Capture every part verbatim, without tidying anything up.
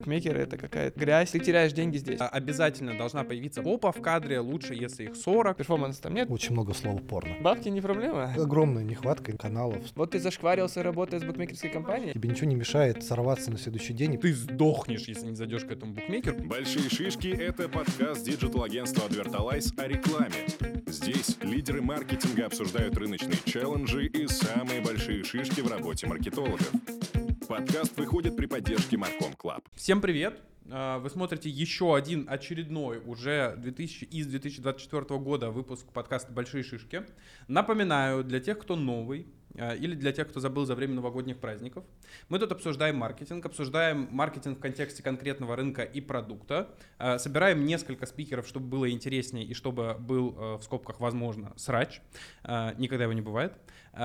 Букмекеры — это какая-то грязь, ты теряешь деньги здесь. Обязательно должна появиться попа в кадре, лучше, если их сорок. Перформанса там нет. Очень много слова порно. Бабки не проблема. Огромная нехватка каналов. Вот ты зашкварился, работая с букмекерской компанией. Тебе ничего не мешает сорваться на следующий день. Ты сдохнешь, если не зайдешь к этому букмекеру. Большие шишки — это подкаст диджитал-агентства Advertalize о рекламе. Здесь лидеры маркетинга обсуждают рыночные челленджи и самые большие шишки в работе маркетологов. Подкаст выходит при поддержке Marcom Club. Всем привет! Вы смотрите еще один очередной уже две тысячи, из две тысячи двадцать четвёртого года выпуск подкаста «Большие шишки». Напоминаю, для тех, кто новый, или для тех, кто забыл за время новогодних праздников, мы тут обсуждаем маркетинг, обсуждаем маркетинг в контексте конкретного рынка и продукта, собираем несколько спикеров, чтобы было интереснее и чтобы был, в скобках, возможно, срач. Никогда его не бывает.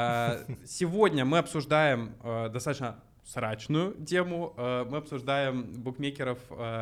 Сегодня мы обсуждаем достаточно срачную тему. Мы обсуждаем букмекеров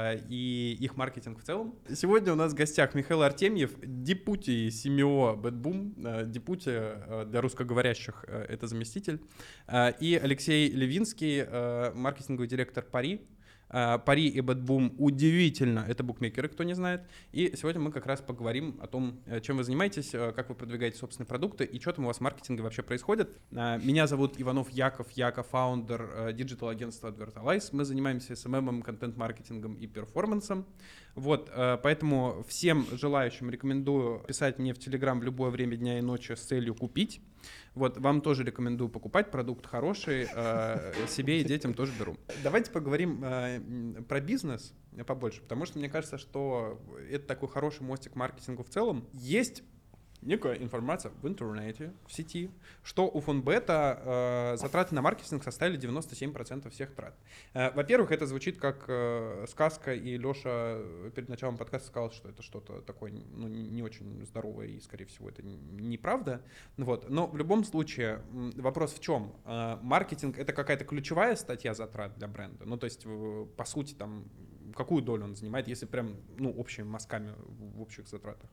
и их маркетинг в целом. Сегодня у нас в гостях Михаил Артемьев, депути си эм о Bad-Boom, депути для русскоговорящих — это заместитель, и Алексей Левинский, маркетинговый директор Пари. Пари и Bad-Boom удивительно, это букмекеры, кто не знает. И сегодня мы как раз поговорим о том, чем вы занимаетесь, как вы продвигаете собственные продукты и что там у вас в маркетинге вообще происходит. Меня зовут Иванов Яков, я кофаундер диджитал-агентства Advertalize. Мы занимаемся эс эм эм, контент-маркетингом и перформансом. Вот, поэтому всем желающим рекомендую писать мне в Telegram в любое время дня и ночи с целью купить. Вот, вам тоже рекомендую покупать, продукт хороший, э, себе и детям тоже беру. Давайте поговорим э, про бизнес побольше, потому что мне кажется, что это такой хороший мостик к маркетингу в целом. Есть некая информация в интернете, в сети, что у Фонбета э, затраты на маркетинг составили девяносто семь процентов всех трат. Э, во-первых, это звучит как э, сказка, и Леша перед началом подкаста сказал, что это что-то такое, ну, не очень здоровое, и, скорее всего, это неправда. Вот. Но в любом случае, вопрос в чем? Э, маркетинг — это какая-то ключевая статья затрат для бренда? Ну, то есть, в, по сути, там, какую долю он занимает, если прям, ну, общими мазками в, в общих затратах?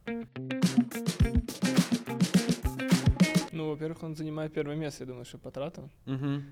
Ну, во-первых, он занимает первое место, я думаю, что по тратам. Uh-huh.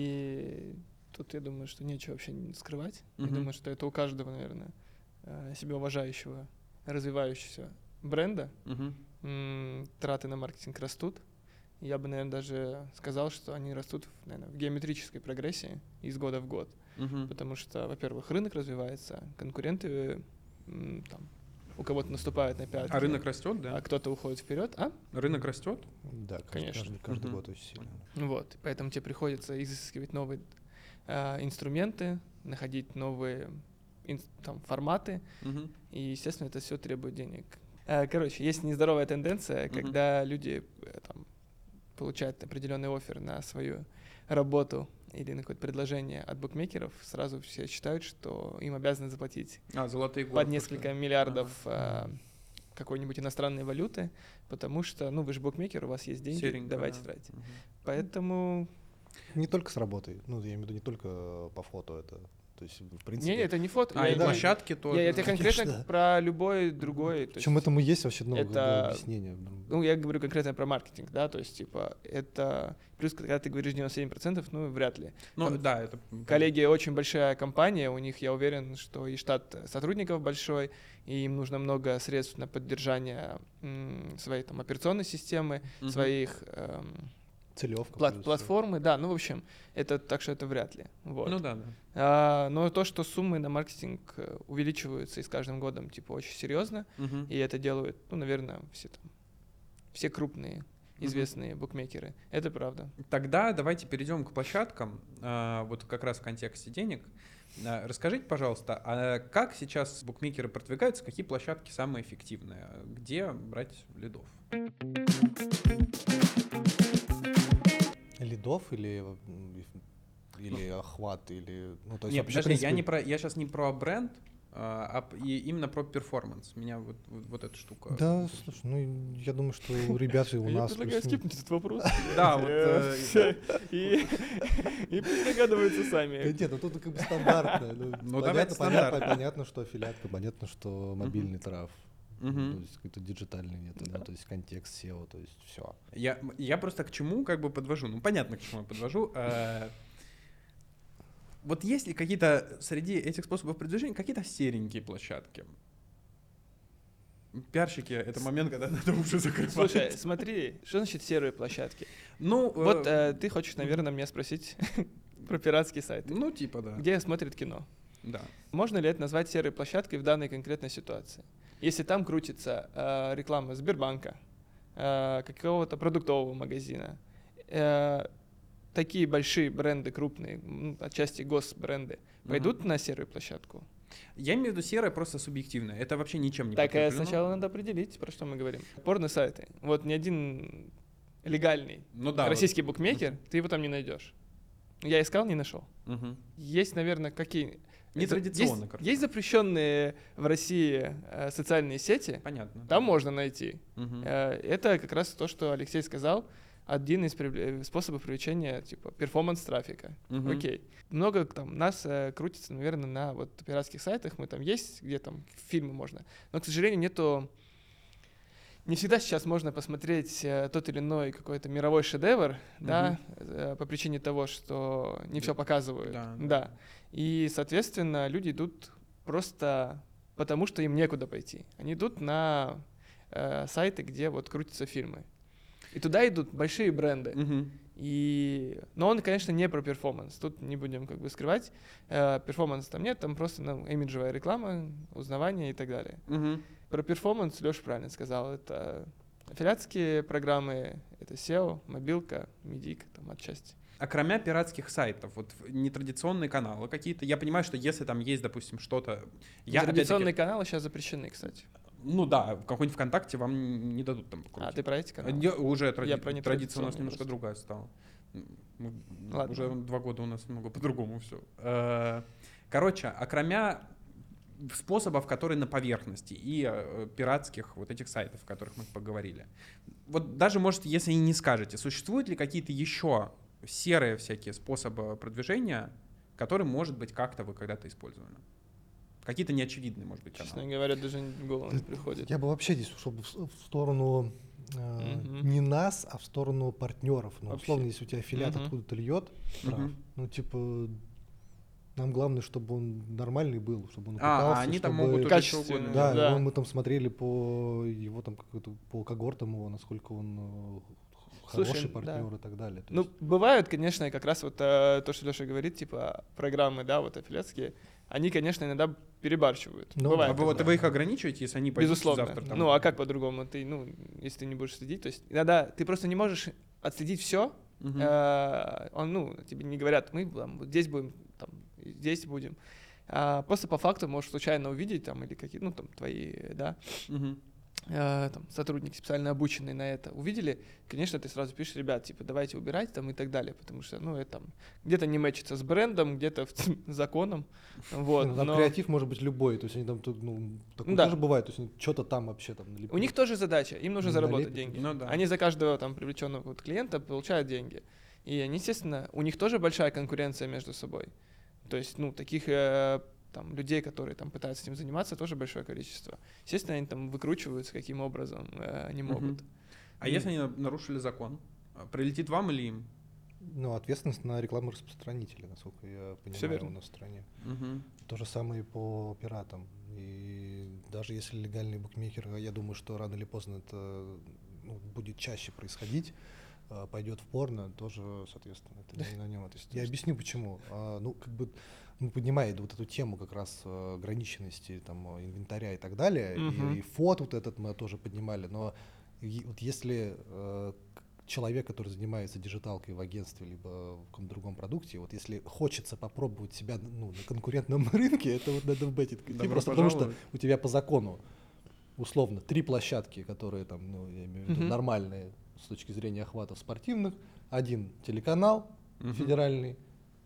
И тут, я думаю, что нечего вообще скрывать. Uh-huh. Я думаю, что это у каждого, наверное, себя уважающего, развивающегося бренда. Uh-huh. М- траты на маркетинг растут. Я бы, наверное, даже сказал, что они растут, наверное, в геометрической прогрессии из года в год. Uh-huh. Потому что, во-первых, рынок развивается, конкуренты м- там, у кого-то наступают на пятки. А рынок растет, да? А кто-то уходит вперед, а? Рынок растет? Да, каждый, Конечно. каждый, каждый Uh-huh. год очень сильно. Вот, поэтому тебе приходится изыскивать новые э, инструменты, находить новые ин- там, форматы, Uh-huh. и, естественно, это все требует денег. Э, короче, есть нездоровая тенденция, Uh-huh. когда люди э, там, получают определенный оффер на свою работу или на какое-то предложение от букмекеров, сразу все считают, что им обязаны заплатить А, золотые горы. под несколько миллиардов э, какой-нибудь иностранной валюты, потому что, ну, вы же букмекер, у вас есть деньги, Серенько, давайте да. тратить. Uh-huh. Поэтому... Не только с работой, ну, я имею в виду не только по фото это, то есть, в принципе... Не, не, это не фото. А, я, и я- площадки тоже. я- это конкретно Конечно. про любой другой. то Причем есть, этому есть вообще много это- объяснения. Ну, я говорю конкретно про маркетинг, да, то есть, типа, это... Плюс, когда ты говоришь девяносто семь процентов, ну, вряд ли. Ну, Там да, это... Коллеги очень большая компания, у них, я уверен, что и штат сотрудников большой, и им нужно много средств на поддержание м, своей там операционной системы, Мгм. своих эм, Целевка. плат- плюс, платформы, да, ну, в общем, это так что это вряд ли. Вот. Ну да, да. А, но то, что суммы на маркетинг э, увеличиваются и с каждым годом, типа, очень серьезно, Мгм. и это делают, ну, наверное, все там, все крупные известные букмекеры. Это правда. Тогда давайте перейдем к площадкам, а, вот как раз в контексте денег. А, Расскажите, пожалуйста, а как сейчас букмекеры продвигаются, какие площадки самые эффективные, где брать лидов? Лидов или, м, или охват, или... Ну, то есть Нет, вообще, в подожди, я, принципе, не про, я сейчас не про бренд, а, а п- и именно про перформанс. Меня вот, вот, вот эта штука. Да, слушай, ну, я думаю, что у ребят и у Я нас... предлагаю плюс- скипнуть этот вопрос. Да, вот, э, И и пусть догадываются Да сами. нет, ну тут как бы стандартно. Ну, Ну, понятно, давайте понятно, стандартно. понятно, что аффилиатка, понятно, что мобильный траф. Мгм. То есть какой-то диджитальный метод, да, то есть контекст сео, то есть все. Я, я просто к чему как бы подвожу? Ну, понятно, к чему я подвожу. Э, Вот есть ли какие-то среди этих способов продвижения какие-то серенькие площадки? Пиарщики — это момент, когда надо уже закрывать. Слушай, смотри, что значит серые площадки? Ну, Вот э, э, ты хочешь, наверное, меня спросить про пиратские сайты, ну, типа, да. где смотрят кино. Да. Можно ли это назвать серой площадкой в данной конкретной ситуации? Если там крутится э, реклама Сбербанка, э, какого-то продуктового магазина, э, такие большие бренды, крупные, м, отчасти госбренды, пойдут Мгм. на серую площадку? Я имею в виду серое просто субъективное. Это вообще ничем не Так, э, подкреплено. сначала надо определить, про что мы говорим. Порно-сайты. Вот ни один легальный Ну да. российский букмекер, ты его там не найдешь. Я искал, не нашел. вот. Мгм. Есть, наверное, какие... Нетрадиционно, есть, короче. есть запрещенные в России э, социальные сети, Понятно. там можно найти. Мгм. Э, это как раз то, что Алексей сказал, один из привле- способов привлечения типа перформанс-трафика. Мгм. Окей. Много там нас э, крутится, наверное, на вот пиратских сайтах. Мы там есть, где там фильмы можно. Но, к сожалению, нету... Не всегда сейчас можно посмотреть э, тот или иной какой-то мировой шедевр, да, э, по причине того, что не все показывают. Да, Да. да. И, соответственно, люди идут просто потому, что им некуда пойти. Они идут на э, сайты, где вот крутятся фильмы. И туда идут большие бренды. Мгм. И... Но он, конечно, не про перформанс. Тут не будем как бы скрывать. Э, перформанс там нет, там просто ну, имиджевая реклама, узнавание и так далее. Мгм. Про перформанс Леша правильно сказал. Это аффилиатские программы, это сео, мобилка, медик, там отчасти. А кроме пиратских сайтов, вот в- нетрадиционные каналы какие-то, я понимаю, что если там есть, допустим, что-то... Я, Традиционные опять-таки, каналы сейчас запрещены, кстати. ну да, какой-нибудь ВКонтакте вам не дадут там А, покрутить. ты про эти каналы? Не, уже тради- Я про традиция у нас нетрадиционные немножко просто. другая стала. Мы- Ладно. Уже два года у нас немного по-другому все. Короче, окромя способов, которые на поверхности, и э, пиратских вот этих сайтов, о которых мы поговорили. Вот даже, может, если и не скажете, существуют ли какие-то еще серые всякие способы продвижения, которые, может быть, как-то вы когда-то использовали? Какие-то неочевидные, может быть, Честно каналы. говоря, даже в голову не приходит. Я бы вообще здесь ушел бы в, с- в сторону э, Мгм. не нас, а в сторону партнеров. Ну, Вообще. условно, если у тебя аффилиат Мгм. откуда-то льет, прав, Мгм. ну, типа, нам главное, чтобы он нормальный был, чтобы он А, а упыкался, они там чтобы- могут уже Качественно, что угодно. Да, Да. его мы там смотрели по его там как-то по когортам его, насколько он э, Слушай, хороший да. партнер и так далее. То Ну, есть- бывают, конечно, как раз вот э, то, что Леша говорит, типа программы, да, вот аффилиатские, они, конечно, иногда перебарщивают. Ну, А Бывает. вы, вот, да. вы их ограничиваете, если они пойдут Безусловно. завтра? там? Ну, а как по-другому? Ты, ну, если ты не будешь следить, то есть иногда ты просто не можешь отследить все. Мгм. Он, ну, тебе не говорят, мы там, вот здесь будем, там, и здесь будем. А просто по факту можешь случайно увидеть там или какие, ну, там, твои, да, Мгм. э, там, сотрудники специально обученные на это увидели, конечно, ты сразу пишешь, ребят, типа, давайте убирать там и так далее, потому что, ну, это там где-то не мэчится с брендом, где-то с законом, вот. Ну, там но креатив может быть любой, то есть они там, тут, ну, такое Да. тоже бывает, то есть что-то там вообще там налепили. у них тоже задача, им нужно Ну, заработать налепят. деньги. Ну да. Они за каждого там привлеченного вот клиента получают деньги. И они, естественно, у них тоже большая конкуренция между собой. То есть, ну, таких э, там людей, которые там пытаются этим заниматься, тоже большое количество. Естественно, они там выкручиваются, каким образом э, они Мгм. могут. А И- если они на- нарушили закон? А, Прилетит вам или им? Ну, ответственность на рекламу распространителя, насколько я понимаю, верно. у нас в стране. Мгм. То же самое и по пиратам. И даже если легальный букмекер, я думаю, что рано или поздно это ну, будет чаще происходить, а, пойдет в порно, тоже, соответственно, это не на нем. То есть я объясню, почему. А, Ну, как бы ну, поднимает вот эту тему как раз э, ограниченности там, э, инвентаря и так далее. Мгм. И, и фот вот этот мы тоже поднимали. Но и- вот если э, к- человек, который занимается диджиталкой в агентстве либо в каком-то другом продукте, вот если хочется попробовать себя ну, на конкурентном рынке, это вот надо бетить. Добро Просто потому что пожаловать. у тебя по закону условно три площадки, которые там, ну, я имею в виду, Мгм. нормальные с точки зрения охватов спортивных, один телеканал Мгм. федеральный.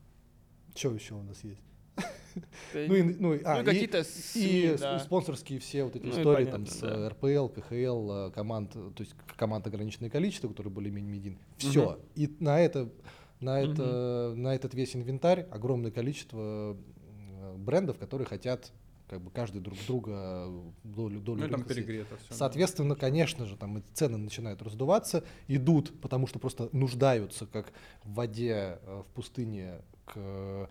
Что еще у нас есть? Да, Ну, и, ну, и- а, ну, и- какие-то и СМИ, с- да. спонсорские все вот эти Ну, и истории понятно, там с да. э, эр пэ эл, ка ха эл, э, команд, э, то есть к- команд ограниченное количество, которые более-менее медийны. Все. И на это, на это, на этот весь инвентарь огромное количество э, брендов, которые хотят как бы каждый друг друга долю, долю Ну и там рынка съесть. перегрето все. Соответственно, конечно же, там эти цены начинают раздуваться, идут, потому что просто нуждаются, как в воде э, в пустыне, к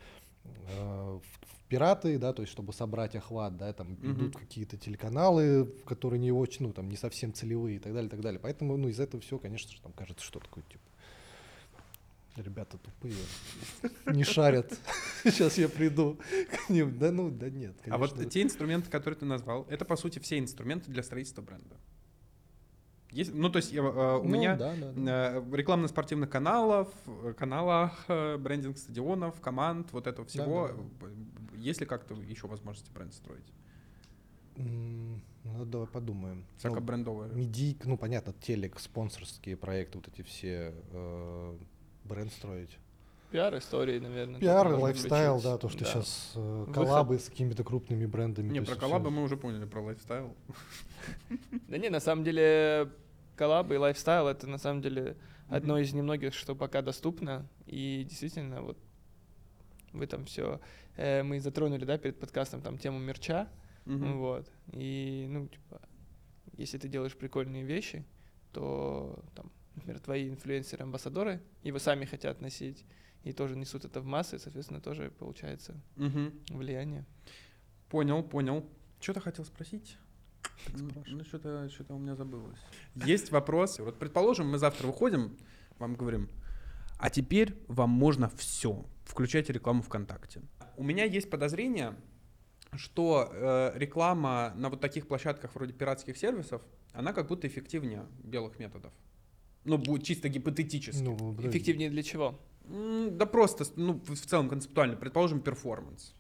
э, в, в пираты, да, то есть чтобы собрать охват, да, там Мгм. идут какие-то телеканалы, которые не очень, ну, там, не совсем целевые и так далее, и так далее. Поэтому, ну, из этого всего, конечно же, там кажется, что такое, типа, ребята тупые, не шарят. Сейчас я приду к ним. Да ну, да нет, конечно. А вот те инструменты, которые ты назвал, это, по сути, все инструменты для строительства бренда. Есть, ну, то есть я, э, у Ну, меня да, да, да. э, рекламно-спортивных каналов, э, каналах, э, брендинг стадионов, команд, вот этого всего. да, да. Б- б- Есть ли как-то еще возможности бренд строить? М, Ну, давай подумаем. Всякое Ну, брендовое. медик, ну, понятно, телек, спонсорские проекты, вот эти все, э, бренд строить. Пиар-истории, наверное. Пиар, тоже можно лайфстайл, включить. да, то, что Да. сейчас Выход. коллабы с какими-то крупными брендами. Не, то про есть коллабы всё. мы уже поняли, про лайфстайл. Да не, на самом деле коллабы и лайфстайл — это на самом деле одно из немногих, что пока доступно. И действительно, вот вы там все, мы затронули, да, перед подкастом там тему мерча. Мгм. Вот. И, ну, типа, если ты делаешь прикольные вещи, то там, например, твои инфлюенсеры-амбассадоры его сами хотят носить и тоже несут это в массы, соответственно, тоже получается Мгм. влияние. Понял, понял. Что-то хотел спросить? М, Ну, что-то, что-то у меня забылось. Есть вопрос. Вот, предположим, мы завтра выходим, вам говорим, а теперь вам можно все. Включайте рекламу ВКонтакте. У меня есть подозрение, что э, реклама на вот таких площадках вроде пиратских сервисов, она как будто эффективнее белых методов. Ну, будет чисто гипотетически. Ну, подожди. Эффективнее для чего? М, Да просто, ну, в в целом концептуально. Предположим, перформанс.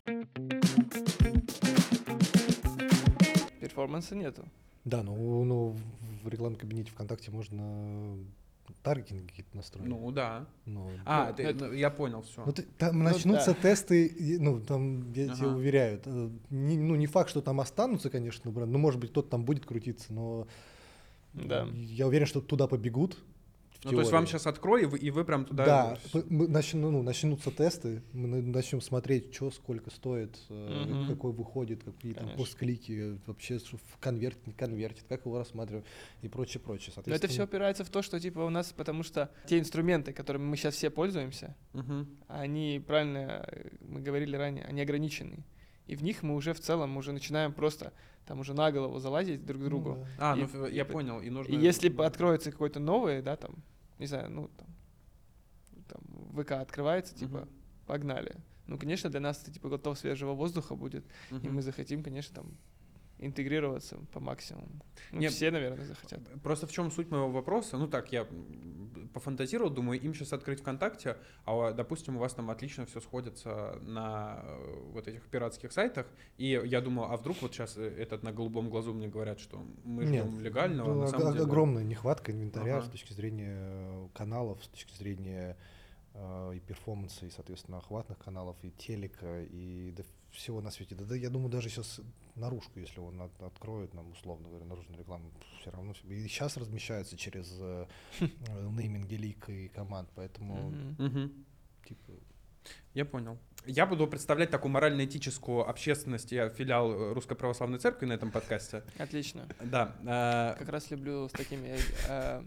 Перформанса нету. Да, ну, ну в рекламном кабинете ВКонтакте можно таргетинг какие-то настроить. Ну, да. Ну, А, Ну, ты- это- ну, я понял, все. Ну, ты- там Ну, начнутся да. тесты, и, ну, там, я тебя Ага. уверяю, это не, ну, не факт, что там останутся, конечно, бренды, ну, может быть, кто-то там будет крутиться, но Да. я уверен, что туда побегут. в Ну, то есть вам теории. сейчас открой, и вы, и вы прям туда... Да, с- п- мы начн- ну, начнутся тесты, мы на- начнем смотреть, что, сколько стоит, э, Мгм. какой выходит, какие там Конечно. постклики, вообще что в конвертит, не конвертит, как его рассматриваем и прочее, прочее. Но это все Соответственно, опирается в то, что типа у нас, потому что те инструменты, которыми мы сейчас все пользуемся, Мгм. они, правильно э, мы говорили ранее, они ограничены. И в них мы уже в целом уже начинаем просто там уже на голову залазить друг ну, другу. да. А, ну, И- ф- и я п- понял. И нужно... И если бы откроется какой-то новый, да, там, не знаю, ну, там, там ВК открывается, типа, Мгм. погнали. Ну, конечно, для нас это, типа, глоток свежего воздуха будет, и Мгм. мы захотим, конечно, там, интегрироваться по максимуму. Ну, Нет, все, наверное, захотят. Просто в чем суть моего вопроса? Ну так, я м, пофантазировал, думаю, им сейчас открыть ВКонтакте, а, допустим, у вас там отлично все сходится на э, вот этих пиратских сайтах, и я думаю, а вдруг вот сейчас этот на голубом глазу мне говорят, что мы Нет, ждем легального, ну, на ог- самом деле... огромная нехватка инвентаря Ага. с точки зрения э, каналов, с точки зрения э, и перформанса, и, соответственно, охватных каналов, и телека, и да всего на свете. Да, да, я думаю, даже сейчас наружку, если он от- откроет нам, условно говоря, наружную рекламу, все равно всё- и сейчас размещается через э, э, нейминги лик и команд, поэтому Мгм. Мгм. типа Я понял. Я буду представлять такую морально-этическую общественность, я филиал э, Русской Православной Церкви на этом подкасте. Отлично. Да. э, Как раз люблю с такими э,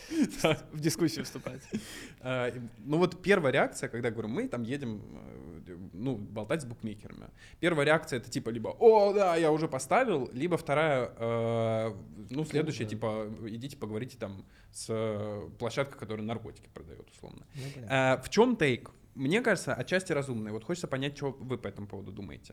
в дискуссию вступать. Э, Ну вот первая реакция, когда говорю, мы там едем, э, ну, болтать с букмекерами. Первая реакция это типа либо, о, да, я уже поставил, либо вторая, э, ну, следующая, да. типа, идите поговорите там с э, площадкой, которая наркотики продает, условно. ну, понятно. Э, В чем тейк? Мне кажется, отчасти разумный. Вот хочется понять, что вы по этому поводу думаете.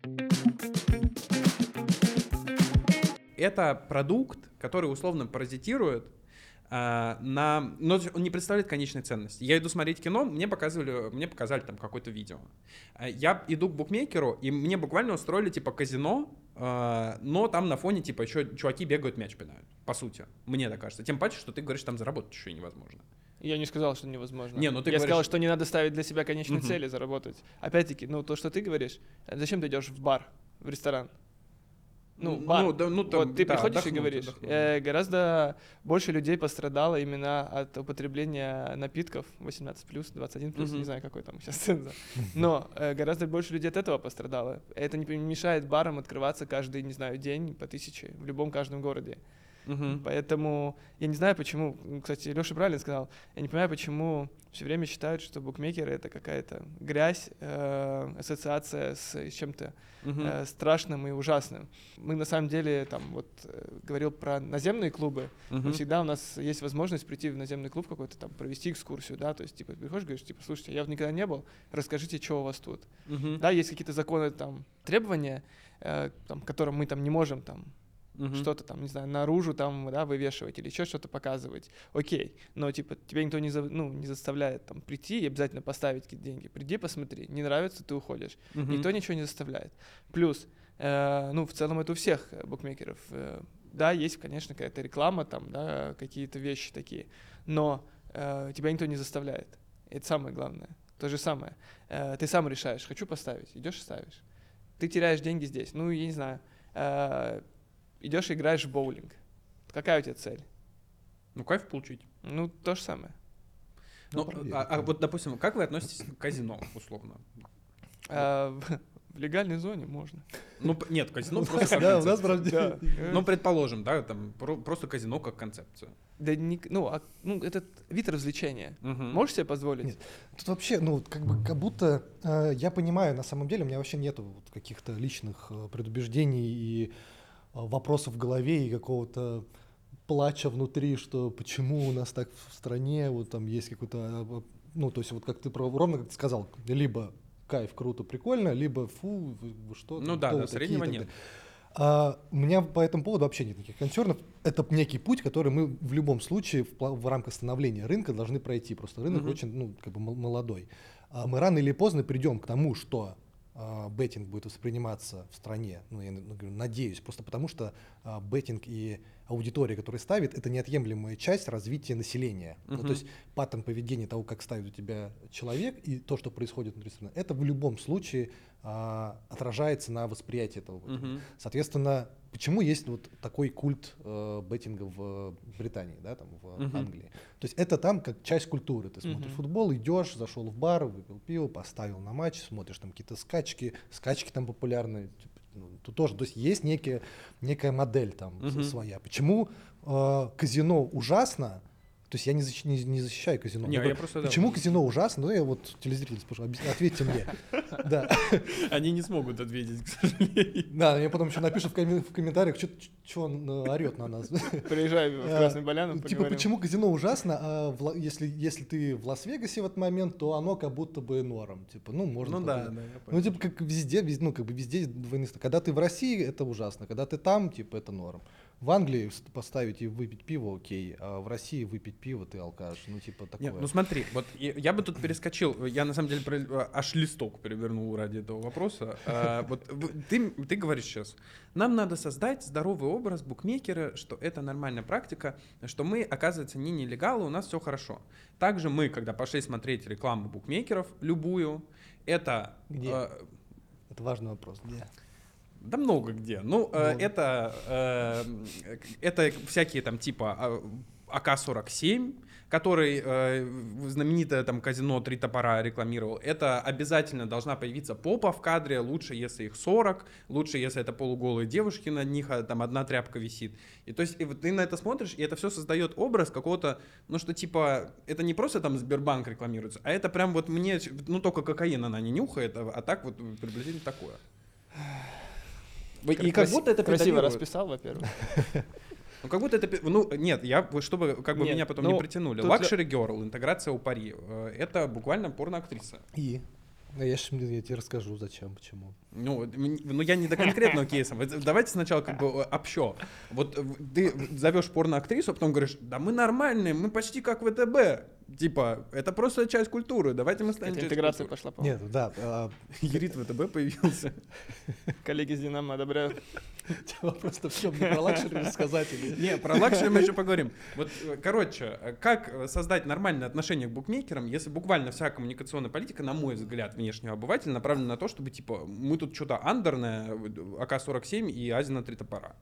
Это продукт, который условно паразитирует а, на... Но он не представляет конечной ценности. Я иду смотреть кино, мне показывали, мне показали там какое-то видео. А Я иду к букмекеру, и мне буквально устроили типа казино, а, но там на фоне типа еще чуваки бегают, мяч пинают. По сути, мне так кажется. Тем паче, что ты говоришь, там заработать еще и невозможно. Я не сказал, что невозможно. Не, ну ты Я говоришь- сказал, что не надо ставить для себя конечные Мгм. цели, заработать. Опять-таки, ну то, что ты говоришь, э, зачем ты идешь в бар, в ресторан? Ну, Ну, бар. да, ну, там, вот ты да, приходишь и отдохнуть, говоришь, отдохнуть. э, гораздо больше людей пострадало именно от употребления напитков восемнадцать плюс, двадцать один плюс, Мгм. не знаю, какой там сейчас цензор. Но э, гораздо больше людей от этого пострадало. Это не мешает барам открываться каждый, не знаю, день по тысяче в любом каждом городе. Мгм. Поэтому я не знаю, почему, м, кстати, Леша правильно сказал, я не понимаю, почему все время считают, что букмекеры — это какая-то грязь, э, ассоциация с, с чем-то Мгм. э, страшным и ужасным. Мы на самом деле, там, вот, э, говорил про наземные клубы, но Мгм. всегда у нас есть возможность прийти в наземный клуб какой-то, там, провести экскурсию, да, то есть, типа, приходишь, говоришь, типа, слушайте, я никогда не был, расскажите, что у вас тут. Мгм. Да, есть какие-то законы, там, требования, э, там, которым мы там не можем, там, Мгм. что-то там, не знаю, наружу там, да, вывешивать или еще что-то показывать. Окей, но типа тебя никто не, за- ну, не заставляет там прийти и обязательно поставить какие-то деньги. Приди, посмотри, не нравится, ты уходишь. Мгм. Никто ничего не заставляет. Плюс, э, ну, в целом это у всех э, букмекеров. Э, да, есть, конечно, какая-то реклама там, да, какие-то вещи такие, но э, тебя никто не заставляет. Это самое главное. То же самое. Э, ты сам решаешь, хочу поставить, идешь и ставишь. Ты теряешь деньги здесь. Ну, я не знаю. Э, идешь и играешь в боулинг. Какая у тебя цель? Ну, кайф получить. Ну, то же самое. Ну, проверить, а, а да. вот, допустим, как вы относитесь к казино, условно? А, в, в легальной зоне можно. Ну, п- нет, казино просто как Да, у нас, концепция. правда, Да. Ну, предположим, да, там про- просто казино как концепция. Да не, ну, а, ну, это вид развлечения. Мгм. Можешь себе позволить? Нет. Тут вообще, ну, вот как бы, как будто э, я понимаю, на самом деле, у меня вообще нету вот каких-то личных э, предубеждений и э, вопросов в голове и какого-то плача внутри, что почему у нас так в стране, вот там есть какой-то, э, ну, то есть вот как ты про- ровно как ты сказал, либо кайф, круто, прикольно, либо фу, вы, вы что? Ну там, да, кто да, вы такие и среднего так нет. далее. А, у меня по этому поводу вообще нет никаких консернов. Это некий путь, который мы в любом случае в, пла- в рамках становления рынка должны пройти. Просто рынок Мгм. очень, ну, как бы мол- молодой. А мы рано или поздно придем к тому, что а, беттинг будет восприниматься в стране. Ну, я ну, говорю, надеюсь, просто потому что а, беттинг и аудитория, которая ставит, это неотъемлемая часть развития населения. Ну, Мгм. то есть паттерн поведения того, как ставит у тебя человек, и то, что происходит внутри страны, это в любом случае а, отражается на восприятии этого. вот. Мгм. Соответственно, почему есть вот такой культ э, беттинга в Британии, да, там в Мгм. Англии? То есть это там как часть культуры. Ты смотришь Мгм. футбол, идешь, зашел в бар, выпил пиво, поставил на матч, смотришь там какие-то скачки, скачки там популярные. типа, ну, тут тоже, то есть есть некие, некая модель там с- Мгм. своя. Почему э, казино ужасно? То есть я не, защ- не- не защищаю казино. Не, Я я говорю, просто, да, почему вот- казино ужасно? Ну, я вот телезритель спрошу, объяс- ответьте мне. Да. Они не смогут ответить, к сожалению. Да, мне потом еще напишут в, коммен- в комментариях, что он э, орет на нас. Приезжай в Э, Красную Поляну, Типа, поговорим. почему казино ужасно, а в Ла- если, если ты в Лас-Вегасе в этот момент, то оно как будто бы норм. Типа, ну, можно. Ну как да, бы- да, я Ну, понял. типа, как везде, вез- ну, как бы везде двойные стандарты. Когда ты в России, это ужасно. Когда ты там, типа, это норм. В Англии с- поставить и выпить пиво, окей, а в России выпить пиво, ты алкаш. Ну, типа, такое. Нет, ну смотри, вот я, я бы тут перескочил, я на самом деле про- аж листок перевернул ради этого вопроса. А, вот в- ты, ты говоришь сейчас, нам надо создать здоровый образ букмекера, что это нормальная практика, что мы, оказывается, не нелегалы, у нас все хорошо. Также мы, когда пошли смотреть рекламу букмекеров, любую, это... Где? э, Это важный вопрос. Где? Да много где. Ну, э, Ну. это, э, это всякие там типа а, А К сорок семь, который э, знаменитое там казино «Три топора» рекламировал. Это обязательно должна появиться попа в кадре, лучше, если их сорок, лучше, если это полуголые девушки, на них а, там одна тряпка висит. И то есть и вот ты на это смотришь, и это все создает образ какого-то, ну что типа, это не просто там Сбербанк рекламируется, а это прям вот мне, ну только кокаин она не нюхает, а, а так вот приблизительно такое. И как Краси- будто это красиво педалирует. расписал, во-первых. Ну, как будто это... пе- Ну, нет, я, чтобы как бы Нет, меня потом ну, не притянули. тут Luxury Girl, интеграция у Пари. э, Это буквально порноактриса. И? Ну, я, щас- я тебе расскажу, зачем, почему. Ну, м- ну, я не до конкретного кейса. Вот давайте сначала как бы э, общо. Вот э, ты зовешь порноактрису, а потом говоришь, да мы нормальные, мы почти как В Т Б. Типа, это просто часть культуры, давайте мы станем Это частью интеграция культуры. пошла, по-моему. Нет, да. а, Юрит В Т Б появился. Коллеги с Динамо одобряют. Просто все, мне про лакшери рассказать или... Не, про лакшери мы еще поговорим. Вот, э, короче, э, как э, создать нормальное отношение к букмекерам, если буквально вся коммуникационная политика, на мой взгляд, внешнего обывателя, направлена на то, чтобы, типа, мы тут что-то андерное, А К сорок семь и Азина «Три топора».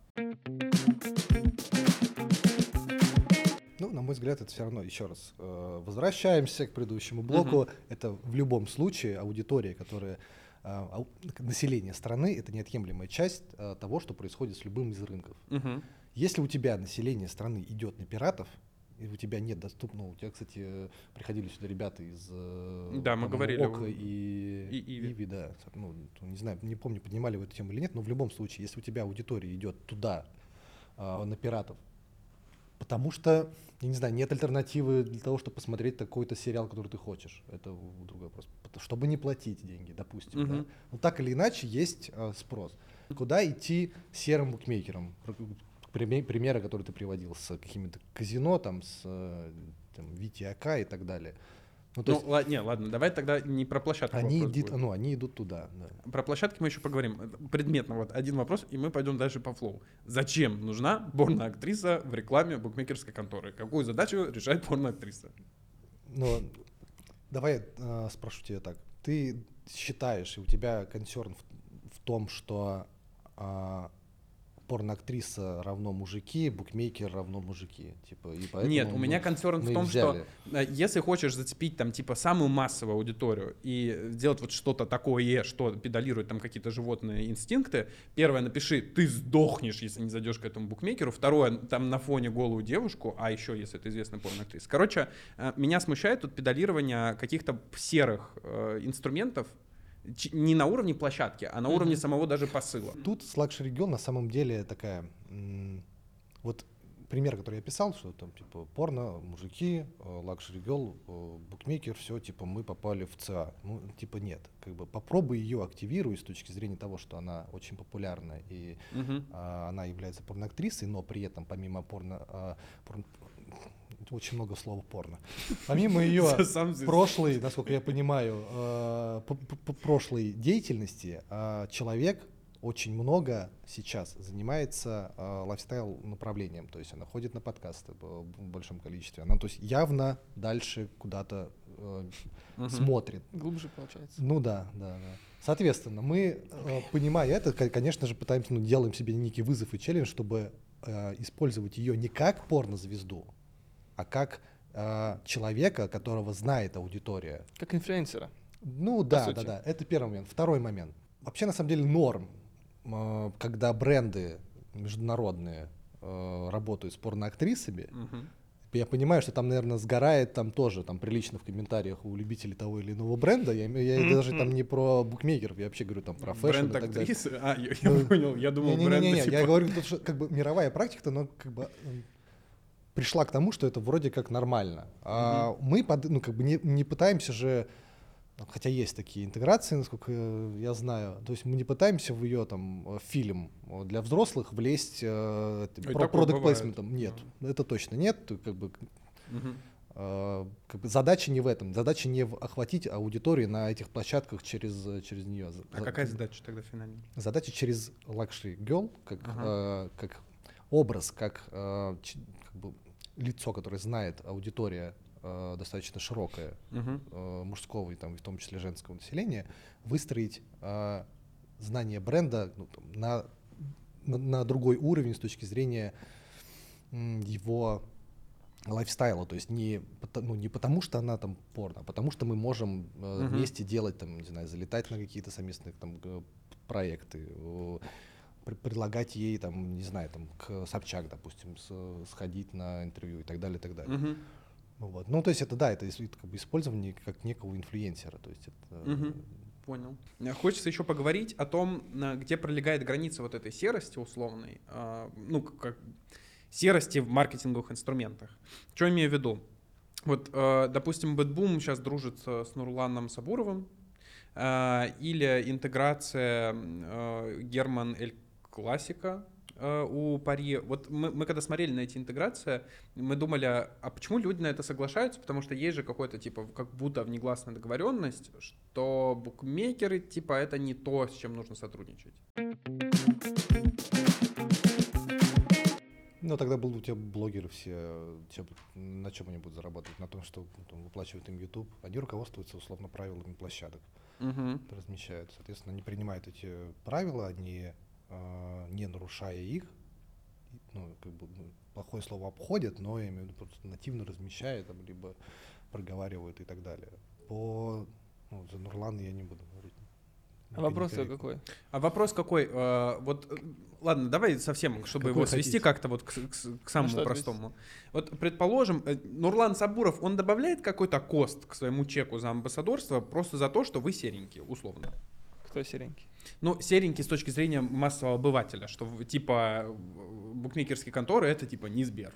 Ну, на мой взгляд, это все равно, еще раз, э, возвращаемся к предыдущему блоку. Это в любом случае аудитория, которая, э, ау- население страны, это неотъемлемая часть э, того, что происходит с любым из рынков. Мгм. Если у тебя население страны идет на пиратов, и у тебя нет доступного, у тебя, кстати, приходили сюда ребята из да, мы говорили Ока и, и Иви. Иви, да, ну, не знаю, не помню, поднимали вы эту тему или нет, но в любом случае, если у тебя аудитория идет туда, э, на пиратов, потому что, я не знаю, нет альтернативы для того, чтобы посмотреть такой-то сериал, который ты хочешь, это другой вопрос, чтобы не платить деньги, допустим, Мгм. да? Но так или иначе есть э, спрос. Куда идти серым букмекерам? Прими- Примеры, которые ты приводил с какими-то казино, там, с э, там, Вити АК и так далее. Ну, то Ну, есть ладно, не, ладно, давай тогда не про площадку они, вопрос идут, будет. ну, они идут туда. Да. Про площадки мы еще поговорим. Предметно вот один вопрос, и мы пойдем дальше по флоу. Зачем нужна порно-актриса в рекламе букмекерской конторы? Какую задачу решает порно-актриса? Но давай э, спрошу тебя так. Ты считаешь, и у тебя консерн в, в том, что э, порноактриса равно мужики, букмекер равно мужики? Типа, и поэтому Нет, у меня мы- консерн в мы том, взяли. что э, если хочешь зацепить там типа самую массовую аудиторию и сделать вот что-то такое, что педалирует там какие-то животные инстинкты, первое, напиши, ты сдохнешь, если не зайдешь к этому букмекеру, второе, там на фоне голую девушку, а еще, если это известная порноактриса. Короче, э, меня смущает тут педалирование каких-то серых э, инструментов, ч- не на уровне площадки, а на Мгм. уровне самого даже посыла. Тут с Luxury Girl на самом деле такая, м, вот пример, который я писал, что там типа порно, мужики, э, Luxury Girl, э, букмекер, все, типа мы попали в ЦА. Ну, типа нет. Как бы попробуй ее активируй с точки зрения того, что она очень популярна и Мгм. а, она является порноактрисой, но при этом помимо порно, а, порно- очень много слова порно. Помимо ее Сам здесь- прошлой, насколько я понимаю, э, п- п- п- прошлой деятельности, э, человек очень много сейчас занимается э, лайфстайл направлением, то есть она ходит на подкасты в в большом количестве, она то есть явно дальше куда-то э, Мгм. смотрит. Глубже получается. Ну да, да, да. Соответственно, мы, э, понимая это, ко- конечно же, пытаемся, ну, делаем себе некий вызов и челлендж, чтобы э, использовать ее не как порнозвезду, а как э, человека, которого знает аудитория. Как инфлюенсера. Ну да, сути. да, да. Это первый момент. Второй момент. Вообще, на самом деле, норм, э, когда бренды международные э, работают с порноактрисами. Мгм. Я понимаю, что там, наверное, сгорает там тоже там прилично в комментариях у любителей того или иного бренда. Я, имею- я Мгм. даже там не про букмекеров, я вообще говорю там про фэшн и Бренд так далее. актрисы? А, я, я Ну, понял. Я думал, Не-не-не, бренды я типа... говорю, тут, что, как бы мировая практика, но как бы м, пришла к тому, что это вроде как нормально. А мы под- ну, как бы не, не пытаемся же, хотя есть такие интеграции, насколько я знаю, то есть мы не пытаемся в ее там э, фильм э, для взрослых влезть э, И про такое продакт бывает. плейсментом. Нет, это точно нет. То Как бы, Мгм. э, как бы задача не в этом. Задача не в охватить аудиторию на этих площадках через, э, через нее. А какая задача тогда финальная? Задача через Luxury Girl, как, Ага. э, как образ, как, э, ч- как бы лицо, которое знает аудитория э, достаточно широкая, Мгм. э, мужского и там, и в том числе женского населения, выстроить э, знание бренда ну, там, на, на, на другой уровень с точки зрения м, его лайфстайла, то есть не, пото- ну, не потому, что она там порно, а потому что мы можем э, Мгм. вместе делать, там, не знаю, залетать на какие-то совместные там, г- проекты, э, пр- предлагать ей, там, не знаю, там, к Собчак, допустим, с- сходить на интервью и так далее, и так далее. Мгм. Вот. Ну, то есть это, да, это ис- это как бы использование как некого инфлюенсера, то есть это... Мгм. Понял. Э, Хочется еще поговорить о том, на- где пролегает граница вот этой серости условной, а, ну, к- как серости в маркетинговых инструментах. Что имею в виду? Вот, э, допустим, Бэтбум сейчас дружит с с Нурланом Сабуровым, э, или интеграция э, Герман Эль Классика э, у Пари. Вот мы, мы когда смотрели на эти интеграции, мы думали, а почему люди на это соглашаются? Потому что есть же какой-то типа как будто внегласная договоренность, что букмекеры типа это не то, с чем нужно сотрудничать. Ну, тогда был у тебя блогеры все, те, на чем они будут зарабатывать? На том, что ну, там, выплачивает им YouTube. Они руководствуются условно правилами площадок, Мгм. размещают. Соответственно, они принимают эти правила, они, э, не нарушая их, и, ну, как бы, ну, плохое слово обходят, но я имею в виду просто нативно размещают, там, либо проговаривают и так далее. По, ну, за Нурлана я не буду говорить. А вопрос какой? А вопрос какой? Э, вот, э, ладно, давай совсем, чтобы Какой его свести хотите? как-то вот к, к- к самому что простому. Вот, предположим, э, Нурлан Сабуров, он добавляет какой-то кост к своему чеку за амбассадорство просто за то, что вы серенькие, условно. Кто серенький? Ну, серенький с точки зрения массового обывателя, что в- типа в- букмекерские конторы это типа не Сбер.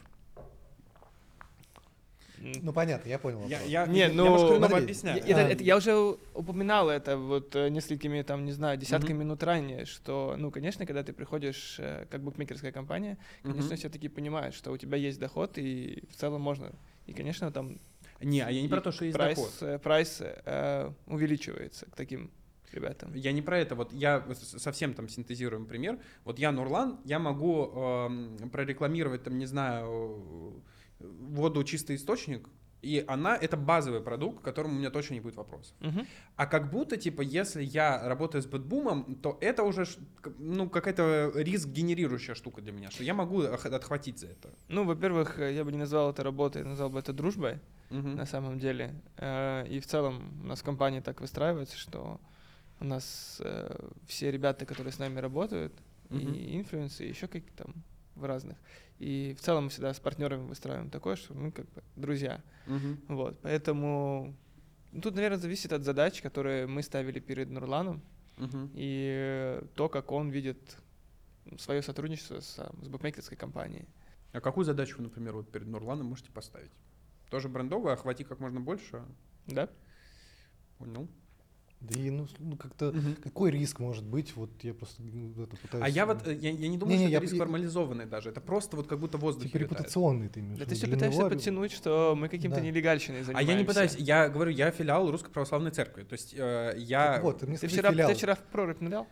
Ну, понятно, я понял. Я, вопрос. я, Не, я, ну, я может, хреново смотри, объясняю. Я, это- А. это я уже упоминал это вот э, несколькими, там, не знаю, десятками Мгм. минут ранее, что, ну, конечно, когда ты приходишь э, как букмекерская компания, конечно, Мгм. все-таки понимаешь, что у тебя есть доход, и в целом можно. И, конечно, там Не, а я не про и то, что есть прайс, доход. э, прайс э, увеличивается к таким ребятам. Я не про это, вот я с- совсем там синтезируем пример. Вот я Нурлан, я могу эм, прорекламировать там, не знаю, э, воду «Чистый источник», и она, это базовый продукт, к которому у меня точно не будет вопросов. Мгм. А как будто, типа, если я работаю с бэтбумом, то это уже, ш- к- ну, какая-то риск-генерирующая штука для меня, что я могу ох- отхватить за это. Ну, во-первых, э, я бы не назвал это работой, я назвал бы это дружбой, Мгм. на самом деле. Э, И в целом у нас компания так выстраивается, что у нас э, все ребята, которые с нами работают, Мгм. и инфлюенсы, и еще какие-то там в разных. И в целом мы всегда с партнерами выстраиваем такое, что мы как бы друзья. Мгм. Вот, поэтому ну, тут, наверное, зависит от задач, которые мы ставили перед Нурланом, Мгм. и э, то, как он видит свое сотрудничество с, а, с букмекерской компанией. А какую задачу вы, например, вот перед Нурланом можете поставить? Тоже брендовую, охвати как можно больше? Да? Понял. Да и ну, с- ну, как-то Мгм. какой риск может быть? Вот я просто ну, это пытаюсь. А я вот, э, я, я не думаю, Не-не, что я- это риск я- формализованный даже. Это просто вот как будто воздух типа репутационный ты имеешь. Да в ты виду, все для пытаешься него- подтянуть, что мы каким-то Да. нелегальщиной А занимаемся. я не пытаюсь, я говорю, я филиал Русской Православной Церкви. То есть э, я... Так вот, ты мне Ты скажи, вчера, филиал. ты вчера в прорубь нырял?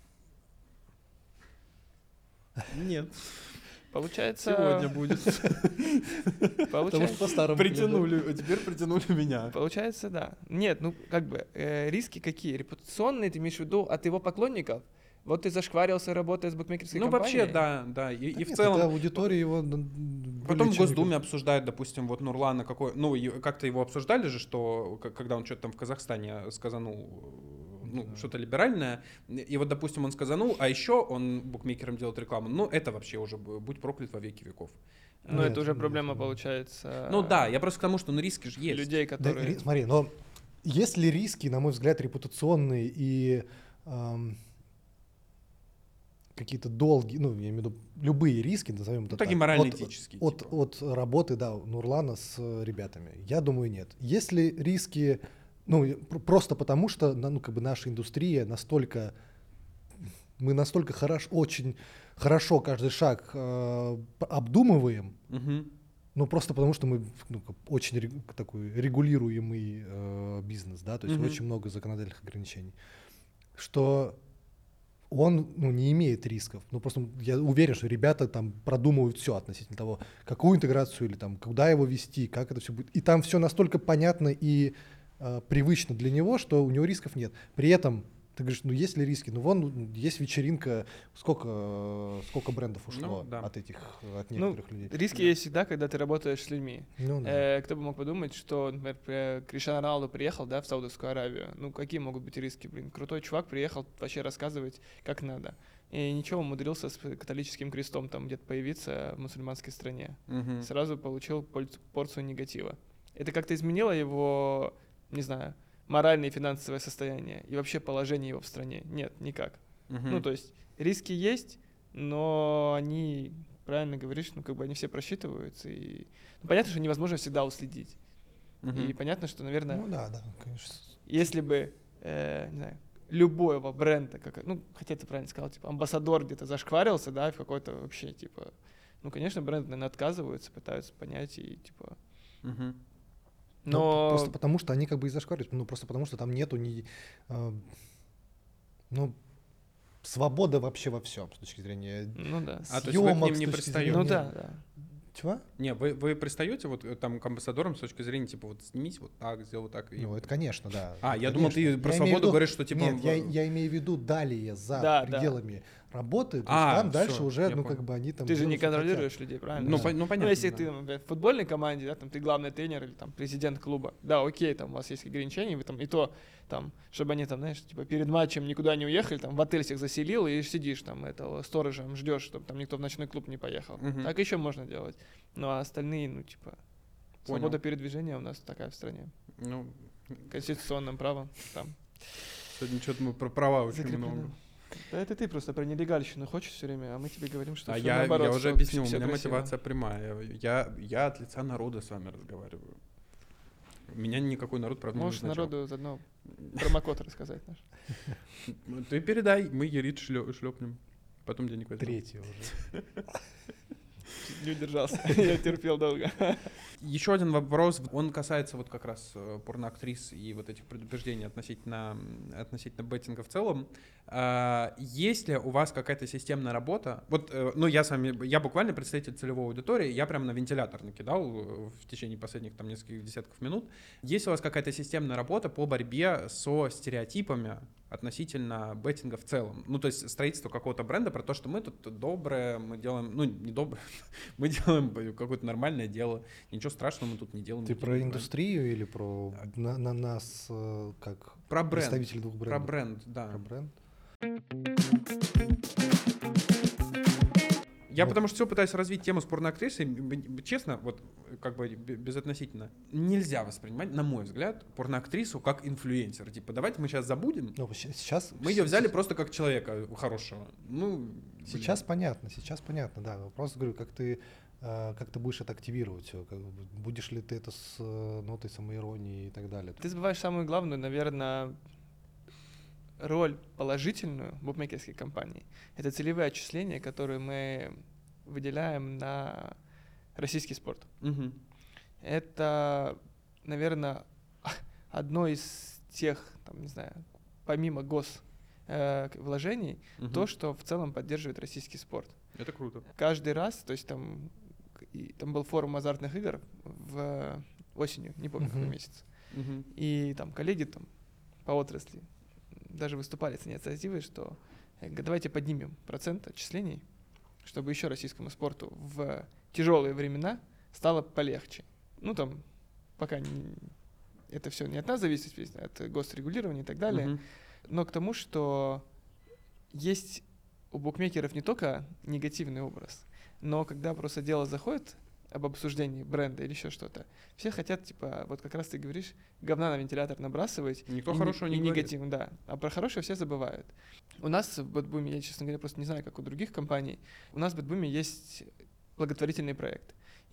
Нет, Получается... сегодня будет. Потому Получается, что по-старому. Притянули, теперь притянули меня. получается, да. Нет, ну как бы э, риски какие? Репутационные, ты имеешь в виду от его поклонников? Вот ты зашкварился, работая с букмекерской Ну компанией? вообще, да, да. И, и в Нет, целом... это аудитория его. ну, Потом более в чем Госдуме не- обсуждают, допустим, вот Нурлана какой, ну и как-то его обсуждали же, что к- когда он что-то там в Казахстане сказанул, ну Да. что-то либеральное, и вот, допустим, он сказанул, а еще он букмекерам делает рекламу, ну это вообще уже б- будь проклят во веки веков. Ну Нет, это уже нет, проблема нет. получается. Ну да, я просто к тому, что ну риски же есть. людей, Да, которые. ри- смотри, но если риски, на мой взгляд, репутационные и ам, какие-то долгие, ну, я имею в виду любые риски, назовем это Ну, такие так, морально-этические, От, типа. от, от работы, да, Нурлана с э, ребятами. Я думаю, нет. Если риски, ну, и пр- просто потому что, на- ну, как бы наша индустрия настолько, мы настолько хорошо, очень хорошо каждый шаг э, п- обдумываем, Мгм. ну, просто потому что мы ну, как очень регу- такой регулируемый э, бизнес, да, то есть Мгм. очень много законодательных ограничений, что он ну, не имеет рисков. Ну, просто я уверен, что ребята там продумывают все относительно того, какую интеграцию или там, куда его вести, как это все будет. И там все настолько понятно и э, привычно для него, что у него рисков нет. При этом ты говоришь, ну есть ли риски? Ну вон ну, есть вечеринка, сколько, э, сколько брендов ушло Ну, да. от этих, от Ну, некоторых людей. риски Да. есть всегда, когда ты работаешь с людьми. Ну, да. Э, кто бы мог подумать, что, например, э, Криштиану Роналду приехал, да, в Саудовскую Аравию. Ну, какие могут быть риски, блин? Крутой чувак приехал вообще рассказывать, как надо. И ничего, умудрился с католическим крестом там где-то появиться в мусульманской стране. Мгм. Сразу получил польцу- порцию негатива. Это как-то изменило его, не знаю, моральное и финансовое состояние и вообще положение его в стране? Нет, никак. Мгм. Ну, то есть риски есть, но они, правильно говоришь, ну, как бы они все просчитываются. И ну, понятно, что невозможно всегда уследить. Мгм. И понятно, что, наверное, Ну да, да, конечно. если бы, э, не знаю, любого бренда, как, ну, хотя ты правильно сказал, типа, амбассадор где-то зашкварился, да, в какой-то вообще, типа, ну, конечно, бренды, наверное, отказываются, пытаются понять и, типа, Мгм. Ну, но... просто потому что они как бы и зашкваривают, ну просто потому что там нету ни, э, ну, свободы вообще во всем с точки зрения Ну да. А, то есть вы к съемок, ним с не точки пристаёте? Ну зрения- да, да. Чего? Не, вы, вы пристаете вот э, там к амбассадорам с точки зрения, типа, вот снимите вот так, сделай вот так. и- Ну, это конечно, да. А, я Конечно. думал, ты про Я имею в свободу виду- говоришь, что типа... Нет, я, в- я имею в виду далее, за Да, да. пределами работы, то А, есть там дальше всё, уже, я ну, понял. как бы они там Ты же не делают, что контролируешь хотят. людей, правильно? Ну, Да. по- ну, Ну, понятно. если да. ты например, в футбольной команде, да, там ты главный тренер или там президент клуба, да, окей, там у вас есть ограничения, вы там и то, там, чтобы они там, знаешь, типа перед матчем никуда не уехали, там в отель всех заселил и сидишь там этого сторожем, ждешь, чтобы там никто в ночной клуб не поехал. Мгм. Так еще можно делать. Ну а остальные, ну типа, Понял. свобода передвижения у нас такая в стране. Ну, Конституционным правом там. сегодня что-то мы про права очень закреплено. много. Да это ты просто про нелегальщину хочешь все время, а мы тебе говорим, что А всё я, наоборот, я уже что объяснил, у всё меня красиво. мотивация прямая. Я, я от лица народа с вами разговариваю. Меня никакой народ, правда, Можешь не назначал. народу заодно промокод рассказать наш. Ты передай, мы Ерит шлепнем. Потом денег возьмем. Третье уже. Не удержался, я терпел долго. Еще один вопрос, он касается вот как раз э, порноактрис и вот этих предупреждений относительно, относительно беттинга в целом. А, есть ли у вас какая-то системная работа? Вот, э, ну, я с вами, я буквально представитель целевой аудитории, я прям на вентилятор накидал э, в течение последних там нескольких десятков минут. Есть у вас какая-то системная работа по борьбе со стереотипами относительно беттинга в целом? Ну, то есть строительство какого-то бренда про то, что мы тут добрые, мы делаем, ну, не добрые, мы делаем какое-то нормальное дело, ничего страшного мы тут не делаем. Ты никаких про брендов. индустрию или про на, на нас э, как Про бренд. представителей двух Про брендов? бренд, да. Про бренд? Я Вот. потому что все пытаюсь развить тему с порноактрисой. М, Честно, вот как бы б- безотносительно, нельзя воспринимать, на мой взгляд, порноактрису как инфлюенсера. Типа, давайте мы сейчас забудем. Ну, щ- сейчас, Мы ее взяли просто как человека хорошего. Ну, блин. Сейчас понятно, сейчас понятно, да. Вопрос, говорю, как ты, э, как ты будешь это активировать, всё, как бы будешь ли ты это с э, нотой самоиронии и так далее. Ты забываешь самую главную, наверное, роль положительную букмекерской компании. Это целевые отчисления, которые мы выделяем на российский спорт. Мгм. Это, наверное, одно из тех, там, не знаю, помимо гос э, к- вложений, Мгм. то, что в целом поддерживает российский спорт. Это круто. Каждый раз, то есть там, к- и там был форум азартных игр в осенью, не помню какой Мгм. месяц. Мгм. И там коллеги там по отрасли даже выступали с инициативой, что э, г- давайте поднимем процент отчислений, чтобы еще российскому спорту в тяжелые времена стало полегче. Ну там пока не- это все не от нас зависит, естественно, от госрегулирования и так далее, Мгм. но к тому, что есть у букмекеров не только негативный образ, но когда просто дело заходит об обсуждении бренда или еще что-то, все хотят, типа, вот как раз ты говоришь, говна на вентилятор набрасывать. Никто и, хорошего не и говорит. негативно, да. А про хорошее все забывают. У нас в Бэтбуме, я, честно говоря, просто не знаю, как у других компаний, у нас в Бэтбуме есть благотворительный проект.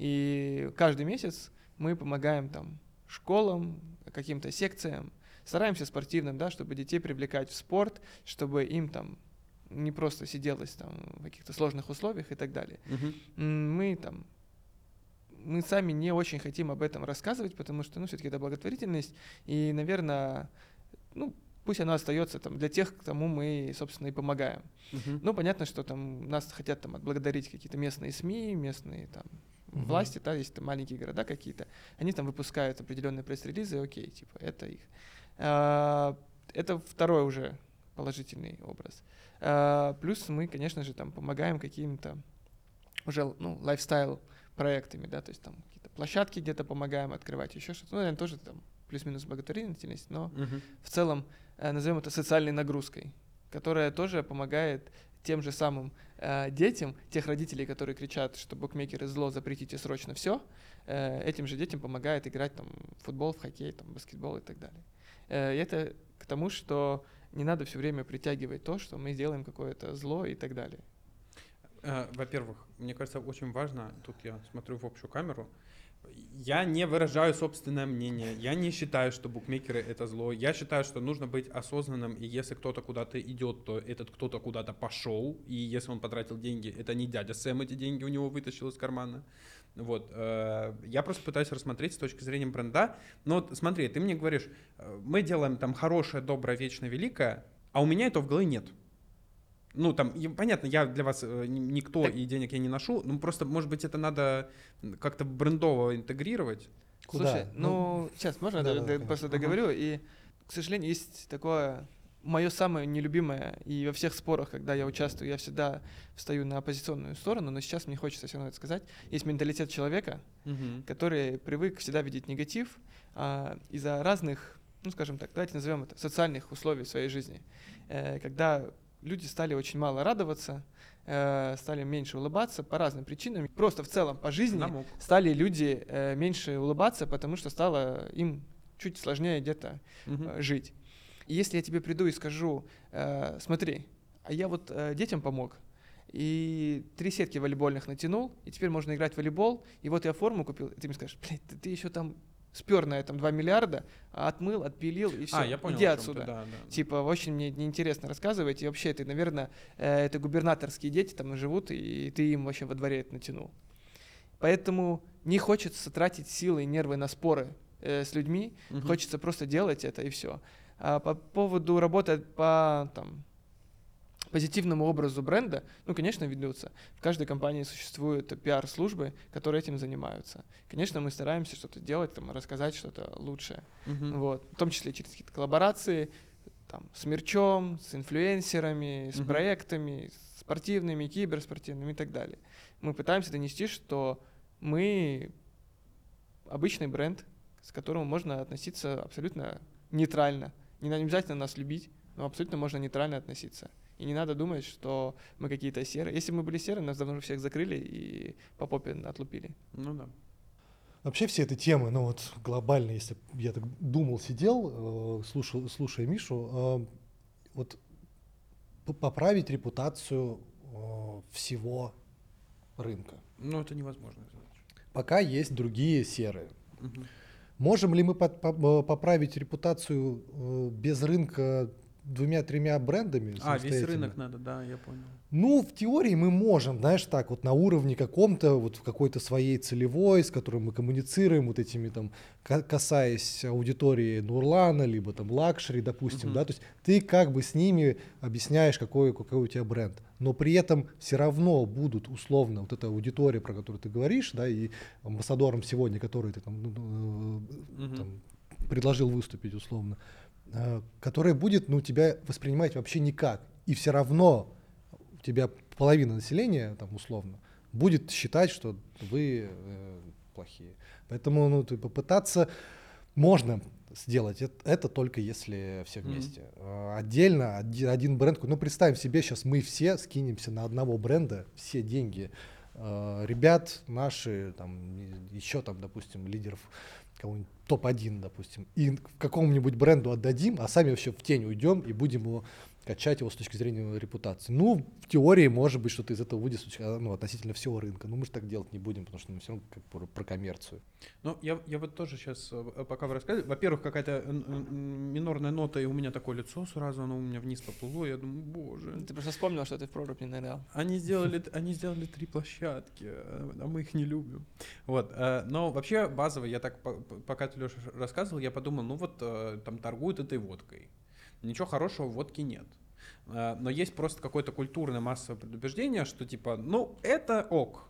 И каждый месяц мы помогаем там школам, каким-то секциям, стараемся спортивным, да, чтобы детей привлекать в спорт, чтобы им там не просто сиделось там в каких-то сложных условиях и так далее. Мгм. М, Мы там мы сами не очень хотим об этом рассказывать, потому что, ну, все-таки это благотворительность, и, наверное, ну, пусть она остается там для тех, кому мы, собственно, и помогаем. Мгм. Ну, понятно, что там нас хотят там отблагодарить какие-то местные СМИ, местные там Мгм. власти, да, если там маленькие города какие-то, они там выпускают определенные пресс-релизы, окей, типа, это их. А, Это второй уже положительный образ. А, Плюс мы, конечно же, там помогаем каким-то уже, ну, лайфстайл проектами, да, то есть там какие-то площадки где-то помогаем открывать, еще что-то. Ну, наверное, тоже там плюс-минус благотворительность, но Мгм. в целом э, назовем это социальной нагрузкой, которая тоже помогает тем же самым э, детям, тех родителей, которые кричат, что букмекеры зло, запретите срочно все, этим же детям помогает играть там в футбол, в хоккей, там, в баскетбол и так далее. Э, и это к тому, что не надо все время притягивать то, что мы сделаем какое-то зло и так далее. Э, Во-первых, мне кажется, очень важно, тут я смотрю в общую камеру, я не выражаю собственное мнение, я не считаю, что букмекеры — это зло, я считаю, что нужно быть осознанным, и если кто-то куда-то идет, то этот кто-то куда-то пошел, и если он потратил деньги, это не дядя Сэм эти деньги у него вытащил из кармана. Вот. э, Я просто пытаюсь рассмотреть с точки зрения бренда. Но вот смотри, ты мне говоришь, э, мы делаем там хорошее, доброе, вечно великое, а у меня этого в голове нет. Ну, там, и, понятно, я для вас э, ни- никто, Так- и денег я не ношу, ну, просто, может быть, это надо как-то брендово интегрировать. Куда? Слушай, ну, сейчас можно да, я да, д- конечно. просто Ага. договорю, и, к сожалению, есть такое мое самое нелюбимое, и во всех спорах, когда я участвую, я всегда встаю на оппозиционную сторону, но сейчас мне хочется все равно это сказать. Есть менталитет человека, Мгм. который привык всегда видеть негатив а, из-за разных, ну, скажем так, давайте назовем это, социальных условий в своей жизни. Э, когда люди стали очень мало радоваться, э, стали меньше улыбаться по разным причинам. Просто в целом по жизни Намок. стали люди э, меньше улыбаться, потому что стало им чуть сложнее где-то Мгм. э, жить. И если я тебе приду и скажу, э, смотри, а я вот э, детям помог, и три сетки волейбольных натянул, и теперь можно играть в волейбол, и вот я форму купил, и ты мне скажешь, блядь, ты, ты еще там спер на этом два миллиарда, а отмыл, отпилил, и все, А, я понял, иди о чём ты, отсюда. да, да. Типа, очень мне неинтересно рассказывать, и вообще, это, наверное, э, это губернаторские дети там живут, и ты им вообще во дворе это натянул. Поэтому не хочется тратить силы и нервы на споры э, с людьми, Мгм. хочется просто делать это, и все. А по поводу работы по там, позитивному образу бренда, ну, конечно, ведутся. В каждой компании существуют пиар-службы, которые этим занимаются. Конечно, мы стараемся что-то делать, там, рассказать что-то лучшее. Мгм. Вот. В том числе через какие-то коллаборации там, с мерчом, с инфлюенсерами, с Мгм. проектами, спортивными, киберспортивными и так далее. Мы пытаемся донести, что мы обычный бренд, с которым можно относиться абсолютно нейтрально. Не на- не обязательно нас любить, но абсолютно можно нейтрально относиться. И не надо думать, что мы какие-то серые. Если бы мы были серые, нас давно уже всех закрыли и по попе отлупили. Ну да. Вообще все эти темы, ну вот глобально, если б я так думал, сидел, э, слушал, слушая Мишу, э, вот п- поправить репутацию э, всего рынка. Ну, это невозможно сделать. Пока есть другие серые. Мгм. Можем ли мы под- по- э, поправить репутацию э, без рынка двумя-тремя брендами? А, весь самостоятельно? рынок надо, да, я понял. Ну, в теории мы можем, знаешь, так вот на уровне каком-то, вот в какой-то своей целевой, с которой мы коммуницируем, вот этими там, ка- касаясь аудитории Нурлана, либо там лакшери, допустим, Мгм. да, то есть ты как бы с ними объясняешь, какой, какой у тебя бренд, но при этом все равно будут условно вот эта аудитория, про которую ты говоришь, да, и амбассадором сегодня, который ты там, ну, ну, э, Мгм. там предложил выступить условно, э, которая будет, ну, тебя воспринимать вообще никак, и все равно у тебя половина населения, там, условно, будет считать, что вы э, плохие. Поэтому, ну, ты попытаться можно сделать это, это только если все Мгм. вместе. А, Отдельно один, один бренд, ну, представим себе, сейчас мы все скинемся на одного бренда, все деньги э, ребят наши, там, и- еще там, допустим, лидеров кого-нибудь топ один, допустим, и какому-нибудь бренду отдадим, а сами вообще в тень уйдем и будем его качать его с точки зрения репутации. Ну, в теории, может быть, что-то из этого выйдет с точки- ну, относительно всего рынка. Но мы же так делать не будем, потому что мы все равно как про, про коммерцию. Ну, я, я вот тоже сейчас, пока вы рассказывали, во-первых, какая-то м, м, минорная нота, и у меня такое лицо сразу, оно у меня вниз поплыло, я думаю, боже. Ты просто вспомнил, что ты в прорубь не нырял. Они сделали, они сделали три площадки, а мы их не любим. Вот, э, но вообще базово, я так, по- по- пока ты, Леша, рассказывал, я подумал, ну вот э, там торгуют этой водкой. Ничего хорошего в водке нет. Э, Но есть просто какое-то культурное массовое предубеждение, что типа, ну это ок.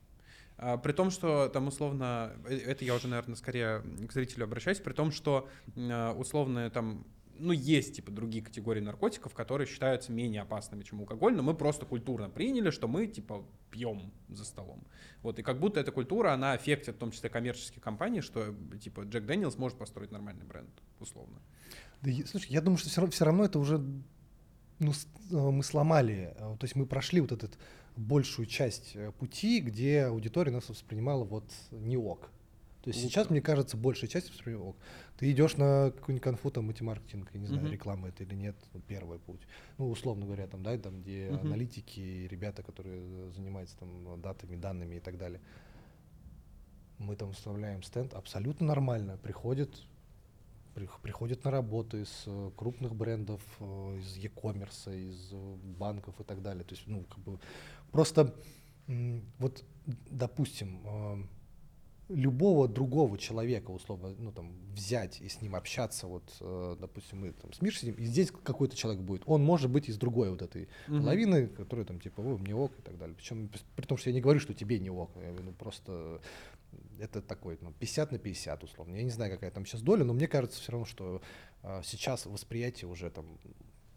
А, При том, что там условно, э, это я уже, наверное, скорее к зрителю обращаюсь, при том, что э, условно там, ну, есть типа другие категории наркотиков, которые считаются менее опасными, чем алкоголь, но мы просто культурно приняли, что мы типа пьем за столом. Вот, и как будто эта культура, она аффектит в том числе коммерческие компании, что типа Джек Дэниелс может построить нормальный бренд, условно. Да, я- слушай, я думаю, что все равно, все равно это уже ну, с- э, мы сломали. э, То есть мы прошли вот этот большую часть э, пути, где аудитория нас воспринимала вот не ок. То есть Лучше. сейчас, мне кажется, большая часть воспринимает ок. Ты идешь на какую-нибудь конфу, там, мультимаркетинг, я не знаю, Мгм. реклама это или нет, вот первый путь. Ну, условно говоря, там, да, там, где Мгм. аналитики, и ребята, которые э, занимаются там датами, данными и так далее. Мы там вставляем стенд, абсолютно нормально, приходят Прих- приходят на работу из э, крупных брендов, э, из e-commerce, из э, банков и так далее. То есть, ну, как бы просто м, вот, допустим, э, любого другого человека, условно, ну, там, взять и с ним общаться, вот, э, допустим, мы там с Мишей сидим, и здесь какой-то человек будет, он может быть из другой вот этой Мгм. половины, которая там, типа, о, мне ок и так далее. Причем, при том, что я не говорю, что тебе не ок, я говорю, ну, просто это такой, ну, пятьдесят на пятьдесят, условно. Я не знаю, какая там сейчас доля, но мне кажется все равно, что э, сейчас восприятие уже там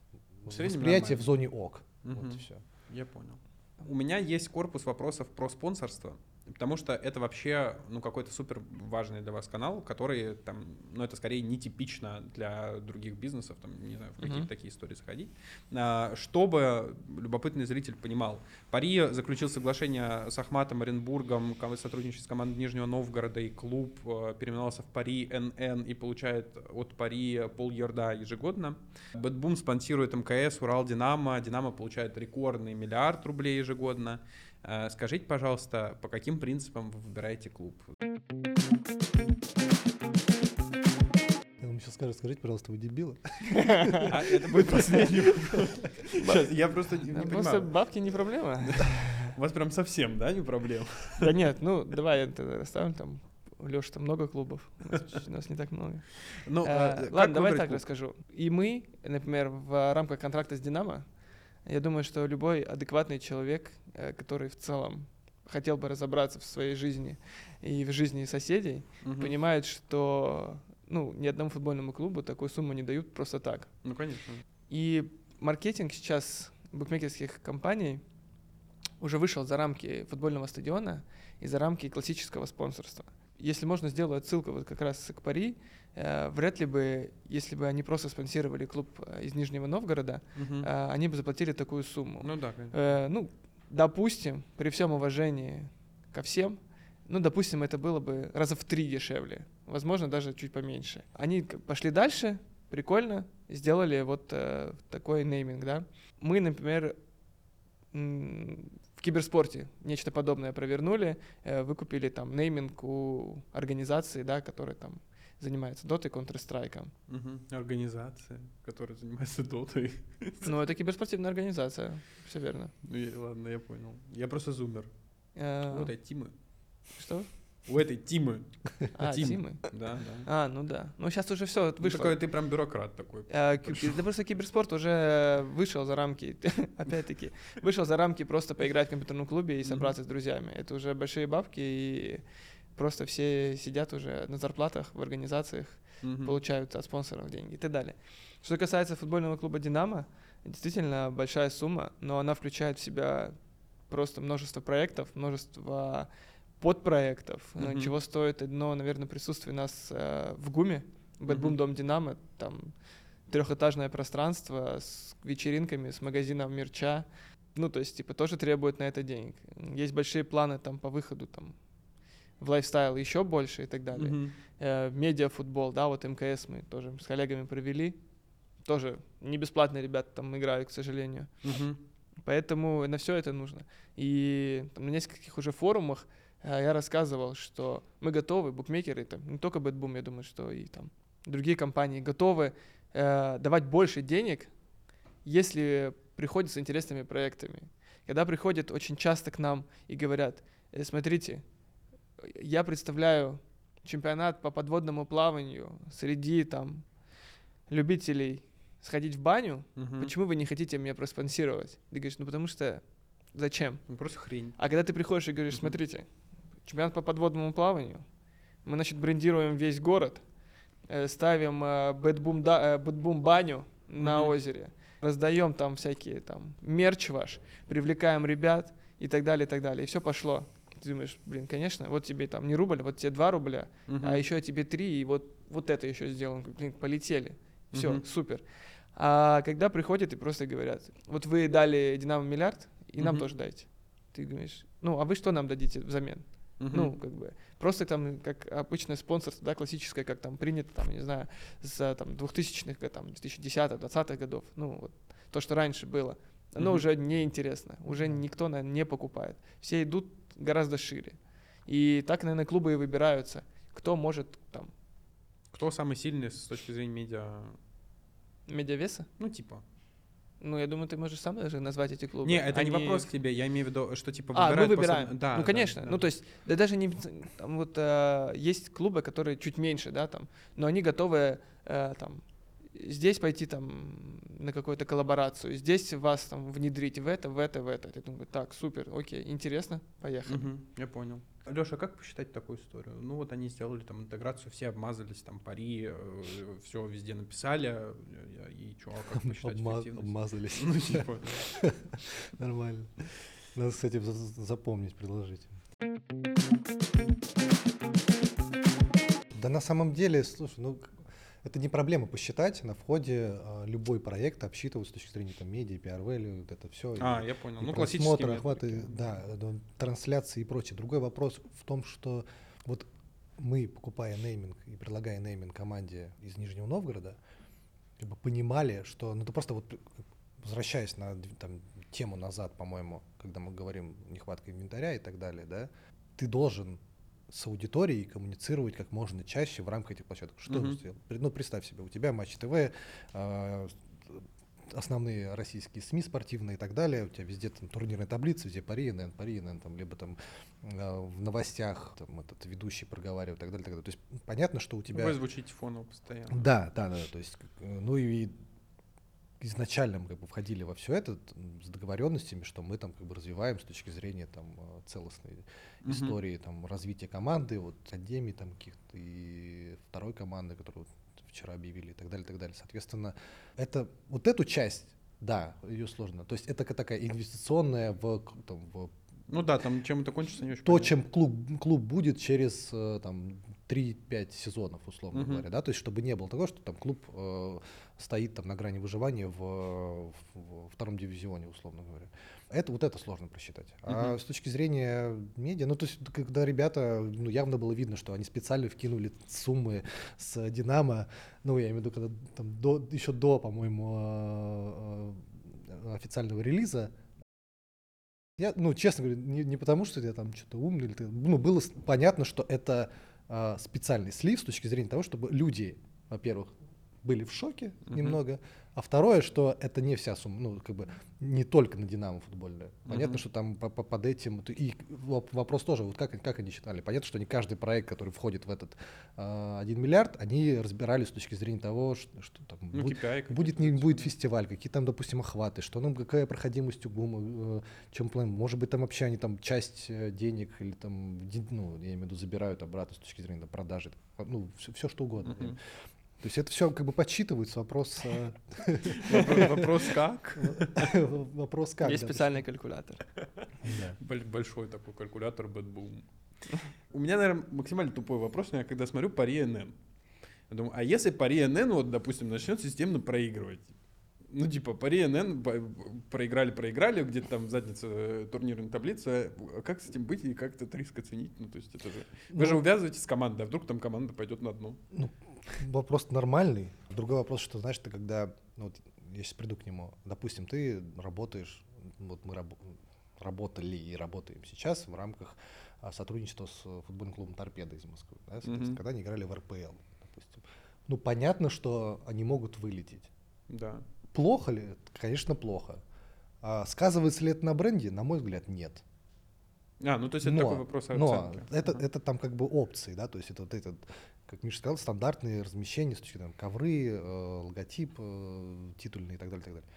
В среднем восприятие нормально. в зоне ок. Мгм. Вот и все. Я понял. У меня есть корпус вопросов про спонсорство, потому что это вообще, ну, какой-то супер важный для вас канал, который там, ну, это скорее нетипично для других бизнесов, там, не знаю, в какие-то Мгм. такие истории заходить. А, чтобы любопытный зритель понимал, Пари заключил соглашение с Ахматом Оренбургом, ком- сотрудничает с командой Нижнего Новгорода, и клуб э, переименовался в Пари эн эн и получает от Пари полярда ежегодно. Бэтбум спонсирует эм ка эс, Урал Динамо, Динамо получает рекордный миллиард рублей ежегодно. Э, Скажите, пожалуйста, по каким принципам вы выбираете клуб? Я вам сейчас скажу, скажите, пожалуйста, вы дебилы? А, это будет последний вопрос. Сейчас, я просто не Да, не Просто понимаю. бабки не проблема. У вас прям совсем, да, не проблема? Да нет, ну давай это расставим там. У Лёши там много клубов, у нас, чуть- у нас не так много. Ну, Э, а, как Ладно, давай выбрать так клуб? расскажу. И мы, например, в рамках контракта с «Динамо», я думаю, что любой адекватный человек, э, который в целом хотел бы разобраться в своей жизни и в жизни соседей, Мгм. понимает, что ну, ни одному футбольному клубу такую сумму не дают просто так. Ну, конечно. И маркетинг сейчас букмекерских компаний уже вышел за рамки футбольного стадиона и за рамки классического спонсорства. Если можно, сделаю отсылку вот как раз к Пари. Э, вряд ли бы, если бы они просто спонсировали клуб э, из Нижнего Новгорода, Мгм. э, они бы заплатили такую сумму. Ну да, конечно. Э, ну, допустим, при всем уважении ко всем, ну, допустим, это было бы раза в три дешевле, возможно, даже чуть поменьше. Они к- пошли дальше, прикольно, сделали вот э, такой нейминг, да. Мы, например, м, в киберспорте нечто подобное провернули, э, выкупили там нейминг у организации, да, которая там занимается дотой, Counter-Strike. Мгм. Организация, которая занимается дотой. Ну, это киберспортивная организация, все верно. Ну, я- ладно, я понял. Я просто зумер. Э, У этой Тимы. Что? У этой Тимы. А, Тим. Тимы. Да, да. А, ну да. Ну, сейчас уже все Ну, вышло. такой ты прям бюрократ такой. Э, ки- Да просто киберспорт уже вышел за рамки, опять-таки, вышел за рамки просто поиграть в компьютерном клубе и Мгм. собраться с друзьями. Это уже большие бабки, и просто все сидят уже на зарплатах в организациях, Мгм. получают от спонсоров деньги и так далее. Что касается футбольного клуба «Динамо», действительно большая сумма, но она включает в себя просто множество проектов, множество подпроектов, э, Мгм. чего стоит одно, наверное, присутствие нас э, в ГУМе, Бэтбум Мгм. Дом Динамо, там трехэтажное пространство с вечеринками, с магазином мерча. Ну, то есть, типа, тоже требует на это денег. Есть большие планы там по выходу там в лайфстайл еще больше и так далее. Мгм. Э, медиафутбол, да, вот эм ка эс мы тоже с коллегами провели. Тоже не бесплатно ребята там играют, к сожалению. Мгм. Поэтому на все это нужно. И там, на нескольких уже форумах э, я рассказывал, что мы готовы, букмекеры, там, не только Бэтбум, я думаю, что и там другие компании готовы э, давать больше денег, если приходят с интересными проектами. Когда приходят очень часто к нам и говорят, «Э, смотрите, я представляю чемпионат по подводному плаванию среди там любителей сходить в баню, Мгм. почему вы не хотите меня проспонсировать? Ты говоришь, ну потому что зачем? Ну, просто хрень. А когда ты приходишь и говоришь, Мгм. смотрите, чемпионат по подводному плаванию, мы, значит, брендируем весь город, э, ставим э, Бэтбум, да- э, Бэтбум баню на Мгм. озере, раздаем там всякие там мерч ваш, привлекаем ребят и так далее, и так далее. И все пошло. Ты думаешь, блин, конечно, вот тебе там не рубль, вот тебе два рубля, Мгм. а еще тебе три, и вот, вот это еще сделаем. Блин, полетели. Все, Мгм. супер. А когда приходят и просто говорят, вот вы дали Динамо миллиард, и нам Мгм. тоже дайте. Ты говоришь, ну, а вы что нам дадите взамен? Мгм. Ну, как бы, просто там, как обычное спонсорство, да, классическое, как там принято, там, не знаю, с там двухтысячных, г- там, две тысячи десятых, двадцатых годов, ну, вот, то, что раньше было, оно Мгм. уже неинтересно, уже никто, наверное, не покупает. Все идут гораздо шире. И так, наверное, клубы и выбираются, кто может, там, Кто самый сильный с точки зрения медиа? медиавеса. Ну, типа. Ну, я думаю, ты можешь сам даже назвать эти клубы. Не, это не Они- вопрос к тебе, я имею в виду, что типа А, мы выбирают по выбираем. сам- Да, ну, да, конечно. да. Ну, то есть, да даже не... Там вот э, есть клубы, которые чуть меньше, да, там, но они готовы э, там здесь пойти там на какую-то коллаборацию, здесь вас там внедрить в это, в это, в это. Ты думаешь, так, супер, окей, интересно, поехали. Мгм, я понял. Леша, как посчитать такую историю? Ну вот они сделали там интеграцию, все обмазались, там пари, э, все везде написали, э, и что, а как посчитать Обма- эффективность? Обмазались. Ну, типа, Нормально. Надо с этим за- запомнить, предложить. Да на самом деле, слушай, ну это не проблема посчитать. На входе а, любой проект обсчитывают с точки зрения там медиа, пи ар value, вот это все. А, и, я понял. и Ну, классические просмотры, метрики. охваты, да, да, трансляции и прочее. Другой вопрос в том, что вот мы, покупая нейминг и предлагая нейминг команде из Нижнего Новгорода, как бы понимали, что, ну, ты просто вот, возвращаясь на там, тему назад, по-моему, когда мы говорим нехватка инвентаря и так далее, да, ты должен с аудиторией коммуницировать как можно чаще в рамках этих площадок. Что Мгм. ты сделал? Ну, представь себе, у тебя Матч ТВ, э, основные российские СМИ спортивные и так далее, у тебя везде там турнирные таблицы, везде пари, эн эн, пари, эн эн, там, либо там э, в новостях там, этот ведущий проговаривает и так далее, и так далее. То есть понятно, что у тебя... Вы звучите фоново постоянно. Да, да, да, то есть, э, ну и изначально мы как бы входили во все это т- с договоренностями, что мы там как бы развиваем с точки зрения там э, целостной Мгм. истории там развития команды, вот академии там каких-то и второй команды, которую вот вчера объявили и так далее, и так далее. Соответственно, это вот эту часть, да, ее сложно. То есть это ка- такая инвестиционная в, к- там, в Ну да, там чем это кончится, не очень то, понятно. чем клуб, клуб будет через э, там, три-пять сезонов, условно Мгм. говоря, да, то есть чтобы не было того, что там клуб э, стоит там на грани выживания в, в- в втором дивизионе, условно говоря. Это вот это сложно просчитать. А Мгм. с точки зрения медиа, ну то есть когда ребята, ну явно было видно, что они специально вкинули суммы с Динамо, ну я имею в виду, когда там до, еще до, по-моему, э, э, официального релиза. Я, ну, честно говоря, не, не потому, что я там что-то умный, или ты, ну, было с- понятно, что это а, специальный слив с точки зрения того, чтобы люди, во-первых, были в шоке Мгм. немного, а второе, что это не вся сумма, ну, как бы не только на Динамо футбольная. Понятно, Мгм. что там по- по- под этим, т- и воп- вопрос тоже, вот как, как они считали. Понятно, что не каждый проект, который входит в этот а, один миллиард, они разбирали с точки зрения того, что, что там Ну, будет, кей пи ай какие-то будет, не вот будет сюда. фестиваль, какие там, допустим, охваты, что нам, какая проходимость УГУМа, э, чем план, может быть, там вообще они там часть э, денег или там, ди- ну, я имею в виду, забирают обратно с точки зрения там, продажи, ну, все, что угодно. Мгм. То есть это все как бы подсчитывается, вопрос, э, Вопрос вопрос как? вопрос как. Есть да, то есть, специальный калькулятор. да. Боль- Большой такой калькулятор Bad Boom. У меня, наверное, максимально тупой вопрос, но я когда смотрю пари эн эн. Я думаю, а если пари эн эн, вот, допустим, начнет системно проигрывать? Ну, типа, пари эн эн по- проиграли-проиграли, где-то там в заднице э, турнирной таблицы. А как с этим быть и как этот риск оценить? Ну, то есть это же... Вы Ну, же увязываетесь с командой, а вдруг там команда пойдет на дно? Ну, вопрос нормальный. Другой вопрос, что, знаешь, ты когда, ну, вот я сейчас приду к нему, допустим, ты работаешь, вот мы раб- работали и работаем сейчас в рамках а, сотрудничества с э, футбольным клубом «Торпедо» из Москвы, да, соответственно, Мгм. когда они играли в эр пэ эл, допустим. Ну, понятно, что они могут вылететь. Да. Плохо ли? Конечно, плохо. А сказывается ли это на бренде? На мой взгляд, нет. А, ну то есть это Но, такой вопрос но оценки. это, Ага. это там как бы опции, да, то есть это вот этот, как Миша сказал, стандартные размещения, с точки зрения там, ковры, э, логотип, э, титульный и так далее, и так далее.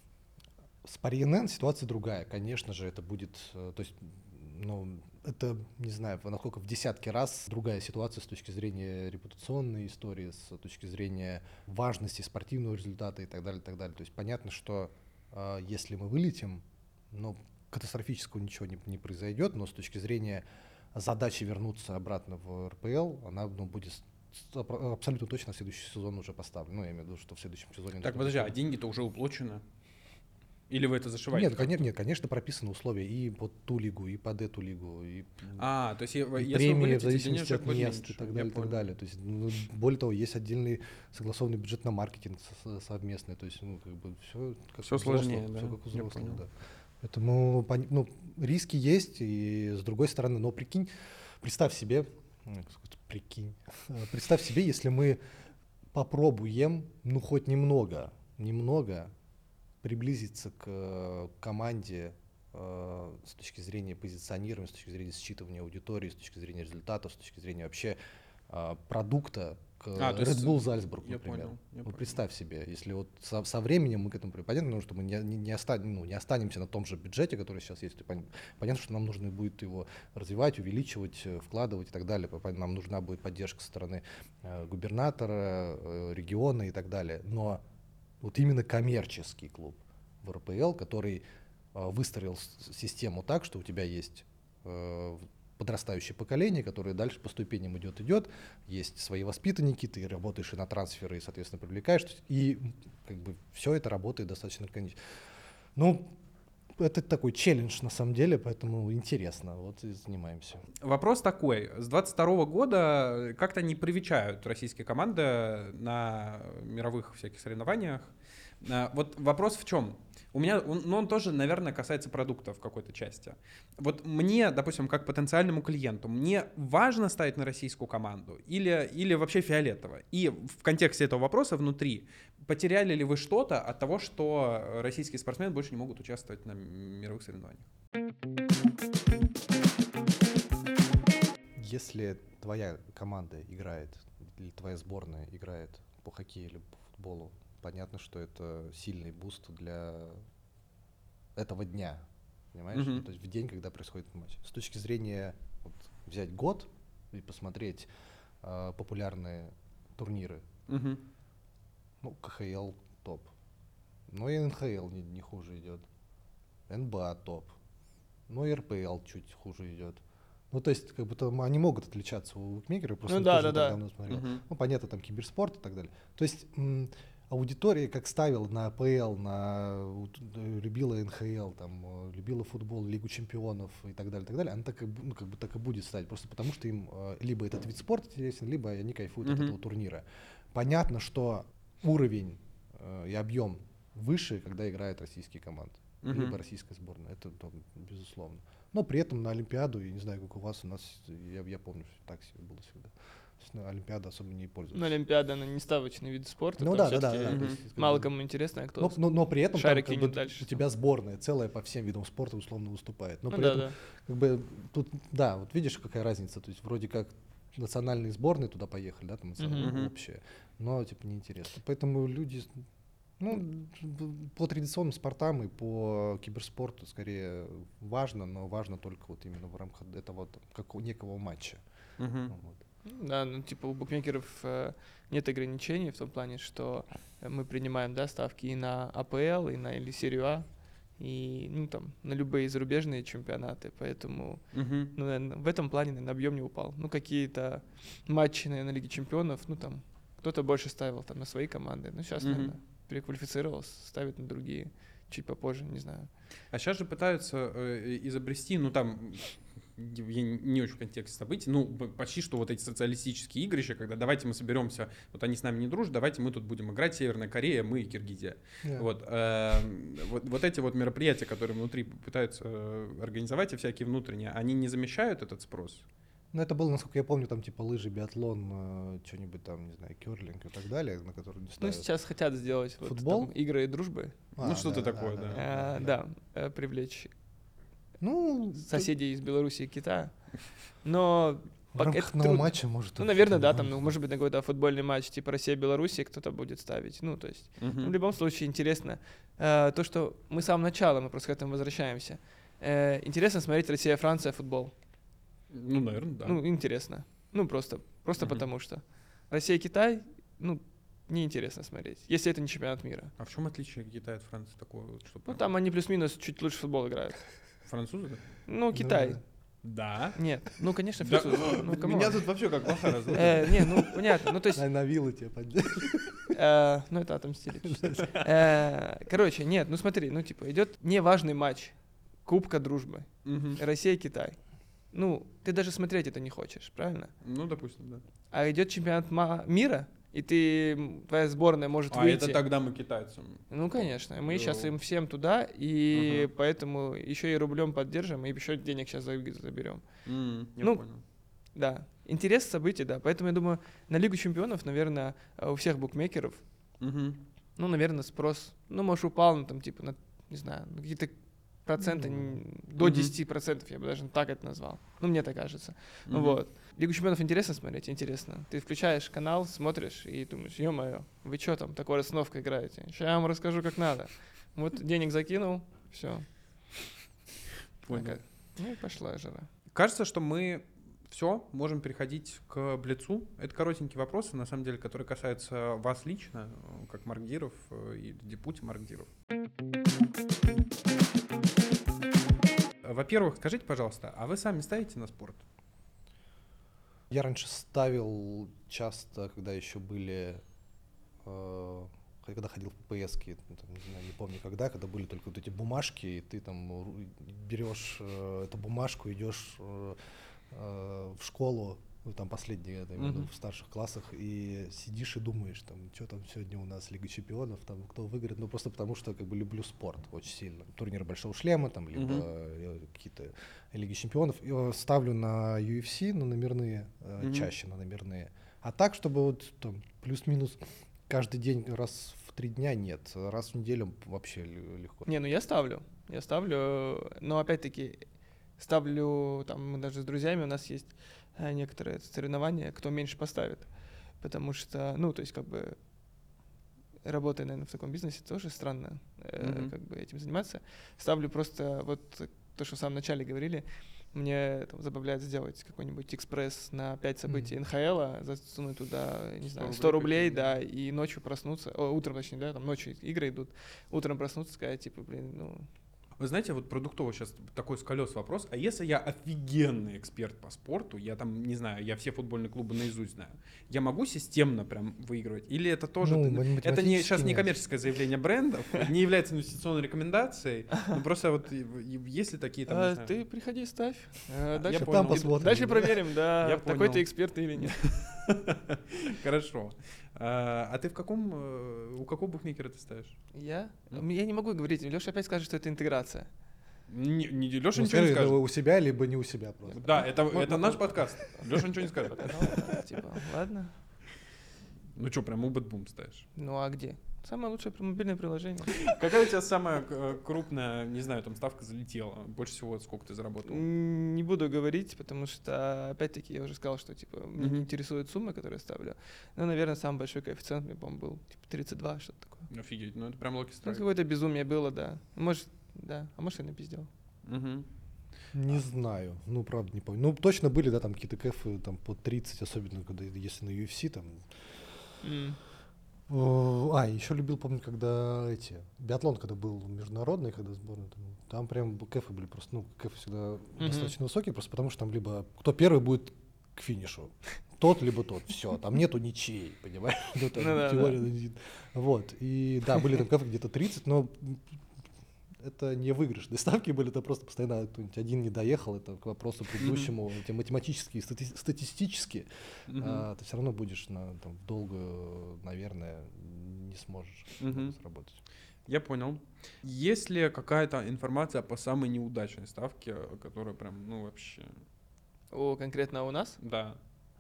С пари эн эн ситуация другая, конечно же, это будет, э, то есть, ну, это, не знаю, насколько в десятки раз другая ситуация с точки зрения репутационной истории, с точки зрения важности спортивного результата и так далее, и так далее. То есть понятно, что э, если мы вылетим, ну, катастрофического ничего не, не произойдет, но с точки зрения задачи вернуться обратно в эр пэ эл, она, ну, будет с- с- аб- абсолютно точно на следующий сезон уже поставлена. Ну, я имею в виду, что в следующем сезоне... Так, нужно подожди, а будет- деньги-то уже уплачены? Или вы это зашиваете? Нет, конечно, нет, конечно, прописаны условия и под ту лигу, и под эту лигу, и, А, то есть, е- и если вы премии в вылетите, зависимости денежек от будет мест меньше. и так Я далее, и так понял. далее. То есть, ну, более того, есть отдельный согласованный бюджет на маркетинг со- совместный, то есть, ну, как бы все как Всё у взрослых, сложнее, да, всё как у я взрослых, понял. да. Поэтому, пон- ну, риски есть, и с другой стороны, но прикинь, представь себе, м, как сказать, прикинь, э, представь себе, если мы попробуем, ну, хоть немного, немного приблизиться к э, команде э, с точки зрения позиционирования, с точки зрения считывания аудитории, с точки зрения результатов, с точки зрения вообще э, продукта, А, то Red есть, Bull Зальцбург, я например. понял, я Вот понял. представь себе, если вот со, со временем мы к этому придем, понятно, что мы не, не, не, остан- ну, не останемся на том же бюджете, который сейчас есть. Пон- Понятно, что нам нужно будет его развивать, увеличивать, э, вкладывать и так далее. Пон- Нам нужна будет поддержка со стороны э, губернатора, э, региона и так далее. Но вот именно коммерческий клуб в эр пэ эл, который э, выстроил с- систему так, что у тебя есть э, подрастающее поколение, которое дальше по ступеням идет, идет, есть свои воспитанники, ты работаешь и на трансферы, и, соответственно, привлекаешь, то есть, и как бы все это работает достаточно органично. Ну, это такой челлендж на самом деле, поэтому интересно, вот и занимаемся. Вопрос такой. С двадцать второго года как-то не привечают российские команды на мировых всяких соревнованиях. А, Вот вопрос в чем? У меня, он, ну, он тоже, наверное, касается продукта в какой-то части. Вот мне, допустим, как потенциальному клиенту, мне важно ставить на российскую команду или, или вообще фиолетово? И в контексте этого вопроса внутри, потеряли ли вы что-то от того, что российские спортсмены больше не могут участвовать на мировых соревнованиях? Если твоя команда играет, или твоя сборная играет по хоккею или по футболу, понятно, что это сильный буст для этого дня, понимаешь? Мгм. Ну, то есть в день, когда происходит матч. С точки зрения вот, взять год и посмотреть э, популярные турниры, Мгм. ну, ка ха эл топ, но и эн ха эл не, не хуже идет, эн бэ а топ, но и эр пэ эл чуть хуже идет. Ну, то есть, как бы там они могут отличаться у букмекеров, просто Ну я да, тоже да, не так да. давно смотрел. Мгм. Ну, понятно, там киберспорт и так далее. То есть м, аудитория, как ставила на а пэ эл, на, вот, э, любила эн ха эл, там, э, любила футбол, Лигу чемпионов и так далее, так далее, она так и, бу- ну, как бы так и будет ставить, просто потому что им э, либо этот вид спорта интересен, либо они кайфуют от Мгм. этого турнира. Понятно, что уровень э, и объем выше, когда играют российские команды, Мгм. либо российская сборная, это там, безусловно. Но при этом на Олимпиаду, я не знаю, как у вас, у нас, я, я помню, что так себе было всегда. То есть на Олимпиаду особо не пользуются. Ну, Олимпиада, она не ставочный вид спорта. Ну там да, да, да, всё-таки да, то есть, как Мало бы- кому интересно, а кто но, но, но при этом там, шарик как бы, кинет дальше. у тебя сборная целая по всем видам спорта условно выступает. Но Ну при да, этом, да. как бы, тут, да, вот видишь, какая разница. То есть вроде как национальные сборные туда поехали, да, там национальные, Мгм. общие, но типа неинтересно. Поэтому люди, ну, по традиционным спортам и по киберспорту скорее важно, но важно только вот именно в рамках этого там, как у некого матча. Мгм. Вот. Да, ну типа у букмекеров э, нет ограничений в том плане, что э, мы принимаем, да, ставки и на а пэ эл, и на или серию А, и ну там на любые зарубежные чемпионаты, поэтому Мгм. ну, наверно, в этом плане, наверное, объем не упал. Ну какие-то матчи, наверное, Лиги чемпионов, ну там кто-то больше ставил там на свои команды, ну сейчас, Мгм. наверное, переквалифицировался, ставит на другие чуть попозже, не знаю. А сейчас же пытаются э, изобрести, ну там, я не не очень в контексте событий, ну п- почти что вот эти социалистические игрища, когда давайте мы соберемся, вот они с нами не дружат, давайте мы тут будем играть, Северная Корея, мы и Киргизия. Да. Вот, эм, вот, вот эти вот мероприятия, которые внутри пытаются э, организовать, и всякие внутренние, они не замещают этот спрос? Ну, это было, насколько я помню, там типа лыжи, биатлон, э, что-нибудь там, не знаю, керлинг и так далее, на которые не Ну ставят. сейчас хотят сделать вот Футбол? там игры и дружбы, А, ну, что-то такое, да. э, да, э, привлечь Ну, соседей из Беларуси и Китая. Но в пока рамках это одного трудно. матча может... Ну, это наверное, да, что-то там, не ну, знаю. может быть, на какой-то футбольный матч типа Россия-Белоруссия кто-то будет ставить. Ну, то есть, ну, в Мгм. любом случае интересно. Э, то, что мы с самого начала, мы просто к этому возвращаемся. Э, интересно смотреть Россия-Франция футбол. Ну, наверное, да. Ну, интересно. Ну, просто, просто Мгм. потому что. Россия-Китай, ну, неинтересно смотреть, если это не чемпионат мира. А в чем отличие Китая от Франции такое, вот, что Ну, прям- там они плюс-минус чуть лучше в футбол играют. французы, да? Ну, Китай. Да. Нет. Ну, конечно, Да. французы. Ну, камон. Меня тут вообще как лоха разводят. Э, не, ну, понятно. Ну, то есть, На, на виллы тебя подняли. Э, ну, это отомстили. чуть-чуть. Э, Короче, нет, ну смотри, ну типа идет неважный матч Кубка Дружбы. Мгм. Россия-Китай. Ну, ты даже смотреть это не хочешь, правильно? Ну, допустим, да. А идет чемпионат ма- мира, и ты, м, твоя сборная может А выйти. это тогда мы китайцам. Ну, конечно. Мы сейчас Йоу. им всем туда, и Ага. поэтому еще и рублем поддержим, и еще денег сейчас заберем. М, я Ну, понял. Да. Интерес событий, да. Поэтому я думаю, на Лигу чемпионов, наверное, у всех букмекеров, Мгм. ну, наверное, спрос, ну, может, упал, ну, там, типа, на, не знаю, на какие-то процента, Ну, н- до Мгм. десяти процентов, я бы даже так это назвал. Ну, мне так кажется. Мгм. Вот. Лигу чемпионов интересно смотреть? Интересно. Ты включаешь канал, смотришь и думаешь, ё-моё, вы что там, такой расстановкой играете? Сейчас я вам расскажу, как надо. Вот денег закинул, все. Понял. Ну и пошла жара. Кажется, что мы все, можем переходить к Блицу. Это коротенькие вопросы, на самом деле, которые касаются вас лично, э, как маркдиров э, и депути маркдиров. Во-первых, скажите, пожалуйста, а вы сами ставите на спорт? Я раньше ставил часто, когда еще были, э, когда ходил в ППСки, ну, там, не знаю, не помню когда, когда были только вот эти бумажки, и ты там ру- берешь э, эту бумажку, идешь э, э, в школу, ну, там последние, это именно Мгм. в старших классах, и сидишь и думаешь, там, что там сегодня у нас Лига чемпионов, там, кто выиграет, ну, просто потому что, как бы, люблю спорт очень сильно. Турнир Большого шлема, там, либо Мгм. э, какие-то Лиги чемпионов. Я ставлю на ю эф си, на номерные, э, Мгм. чаще на номерные. А так, чтобы вот там плюс-минус каждый день раз в три дня, нет. Раз в неделю вообще л- легко. Не, ну я ставлю. Я ставлю, но опять-таки ставлю, там мы даже с друзьями, у нас есть э, некоторые соревнования, кто меньше поставит. Потому что, ну, то есть как бы работая, наверное, в таком бизнесе, тоже странно э, Мгм. как бы этим заниматься. Ставлю просто вот то, что в самом начале говорили, мне там забавляет сделать какой-нибудь экспресс на пять событий Мгм. эн ха эла, засунуть туда, не сто знаю, рублей сто рублей, какие-нибудь. да, и ночью проснуться, о, утром, точнее, да, там ночью игры идут, утром проснуться, сказать, типа, блин, ну, Вы знаете, вот продуктово сейчас такой с колес вопрос. А если я офигенный эксперт по спорту, я там, не знаю, я все футбольные клубы наизусть знаю, я могу системно прям выигрывать? Или это тоже... Ну, это не, математически сейчас не нет. коммерческое заявление брендов, не является инвестиционной рекомендацией, но просто вот и- и есть ли такие там... не а, знаю, ты приходи, ставь, э, Я дальше, понял. Там посмотрим. дальше проверим, да, Я такой понял. ты эксперт ты или нет. Хорошо. А а ты в каком... э, У какого букмекера ты ставишь? Я? Ну. Я не могу говорить, Леша опять скажет, что это интеграция. Не, не, Леша Ну, ничего не скажи, скажет. у себя, либо не у себя просто. Да, это, Вот, это вот, наш вот. подкаст. Леша ничего не скажет. Ну, типа, ладно. Ну что, прям Убэтбум ставишь? Ну а где? Самое лучшее мобильное приложение. Какая у тебя самая э, крупная, не знаю, там ставка залетела? Больше всего сколько ты заработал? М, Не буду говорить, потому что, опять-таки, я уже сказал, что, типа, меня Мгм. не интересует сумма, которую я ставлю. Но, наверное, самый большой коэффициент, мне, по-моему, был, типа, тридцать два, что-то такое. Офигеть, ну это прям локи Ну, страйк. какое-то безумие было, да. Может, да, а может, я напиздел. Мгм. Не знаю, ну правда не помню. Ну точно были, да, там какие-то кэфы там по тридцать, особенно когда если на ю эф си там. М. О, А, еще любил, помню, когда эти биатлон, когда был международный, когда сборная, там, там прям кэфы были просто, ну кэфы всегда Мгм. достаточно высокие, просто потому что там либо кто первый будет к финишу, тот либо тот, все, там нету ничей, понимаешь? Ну, там Ну да, теория, ну, вот, и да, были там кэфы где-то тридцать, но это не выигрышные ставки были, это просто постоянно кто-нибудь один не доехал, это к вопросу предыдущему, эти математические, стати- статистически, Мгм. а, ты все равно будешь на там, в долгую, наверное, не сможешь Мгм. сработать. Я понял. Есть ли какая-то информация по самой неудачной ставке, которая прям, ну вообще, О, конкретно у нас? да.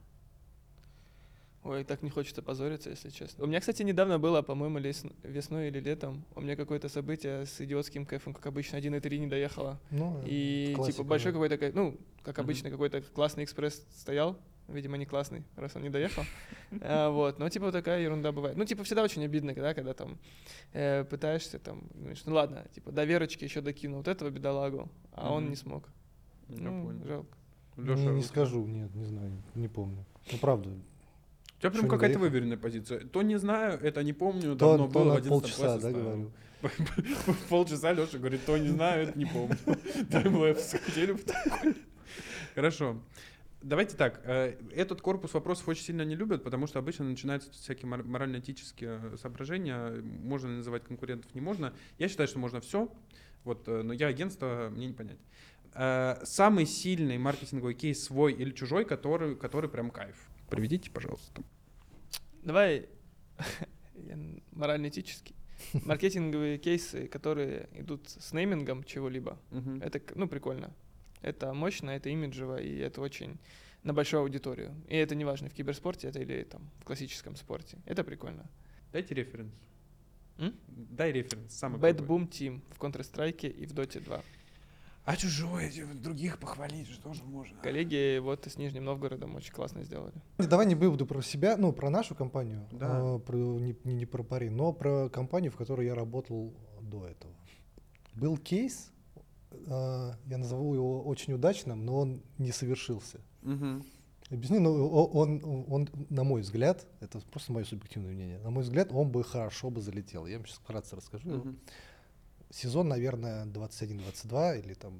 Ой, так не хочется позориться, если честно. У меня, кстати, недавно было, по-моему, лес- весной или летом, у меня какое-то событие с идиотским кэфом, как обычно, один и три не доехало. Ну, И классика, типа большой да. какой-то, ка- ну, как Мгм. обычно, какой-то классный экспресс стоял. Видимо, не классный, раз он не доехал. А, Вот, но типа вот такая ерунда бывает. Ну, типа всегда очень обидно, когда, когда там э, пытаешься там, говоришь, ну ладно, типа до Верочки еще докину вот этого бедолагу, а он Мгм. не смог. Я Ну, понял. жалко. Лёша, не, не вот скажу, нет, не знаю, не помню. Ну, правда. У тебя прям Чё не какая-то доехал? выверенная позиция. То не знаю, это не помню, То, давно то было, в на одиннадцатом полчаса, классе да, ставил. говорю. Полчаса Леша говорит, то не знаю, это не помню. Таймлэпс хотели бы такой. Хорошо. Давайте так, э, этот корпус вопросов очень сильно не любят, потому что обычно начинаются тут всякие мор- морально-этические соображения. Можно ли называть конкурентов, не можно. Я считаю, что можно все, вот, э, но я агентство, мне не понять. Э, Самый сильный маркетинговый кейс свой или чужой, который, который прям кайф. Приведите, пожалуйста. Давай я н- морально-этический. Маркетинговые кейсы, которые идут с неймингом чего-либо, Мгм. это, к- ну, прикольно. Это мощно, это имиджево, и это очень на большую аудиторию. И это не важно, в киберспорте это или там в классическом спорте. Это прикольно. Дайте референс. М? Дай референс, самый Bad крутой. Boom Team в Counter-Strike и в Dota два. А чужой, других похвалить же тоже можно. Коллеги вот с Нижним Новгородом очень классно сделали. Давай не буду про себя, ну, про нашу компанию, Да. а, про, не, не, не про пари, но про компанию, в которой я работал до этого. Был кейс, а, я назову его очень удачным, но он не совершился. Мгм. Объясню, ну, о- он, он, он, на мой взгляд, это просто мое субъективное мнение, на мой взгляд, он бы хорошо бы залетел. Я вам сейчас вкратце расскажу. его. Мгм. Сезон, наверное, двадцать один двадцать два или там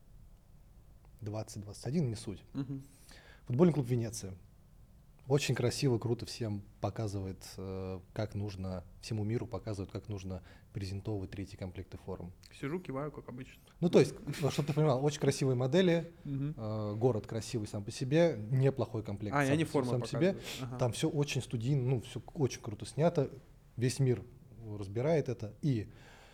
двадцать двадцать один, не суть. Мгм. Футбольный клуб Венеция. Очень красиво, круто всем показывает, э, как нужно, всему миру показывает, как нужно презентовывать третий комплекты форм. Сижу, киваю, как обычно. Ну, то есть, чтобы ты понимал, очень красивые модели, Мгм. э, город красивый сам по себе, неплохой комплект А, и сам, они форму сам по себе. показывают. Ага. Там все очень студийно, ну, все очень круто снято, весь мир разбирает это. И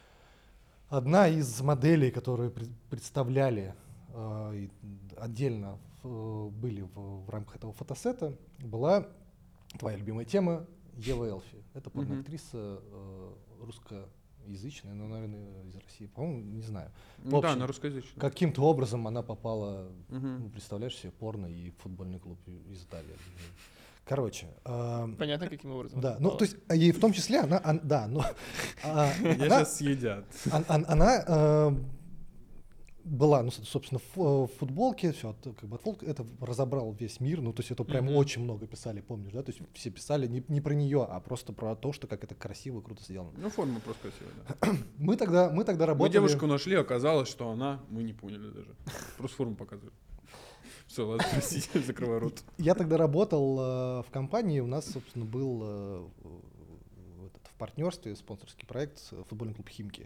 одна из моделей, которые пред- представляли э, и отдельно э, были в, в рамках этого фотосета, была твоя любимая тема Ева Элфи. Это Мгм. порноактриса э, русскоязычная, но, наверное, из России. По-моему, не знаю. Ну да, общем, на русскоязычном. Каким-то образом она попала, Мгм. ну, представляешь себе, порно и футбольный клуб из Италии. Короче, а, Понятно, каким образом. да, это ну попало. то есть, а ей в том числе она, ан- да, но а, Я она, сейчас съедят. ан- ан- она, а, была, ну, с- собственно, в в футболке, все, как бы от футболки, это разобрал весь мир, ну, то есть это прям Мгм. очень много писали, помнишь, да, то есть все писали не, не про нее, а просто про то, что как это красиво и круто сделано. Ну, форма просто красивая, да. Мы тогда, мы тогда Мы работали... девушку нашли, оказалось, что она... Мы не поняли даже. Просто форму показывают. Все, ладно, простите, закрывай рот. Я тогда работал э, в компании, у нас, собственно, был э, в- этот, в партнерстве спонсорский проект э, футбольный клуб «Химки».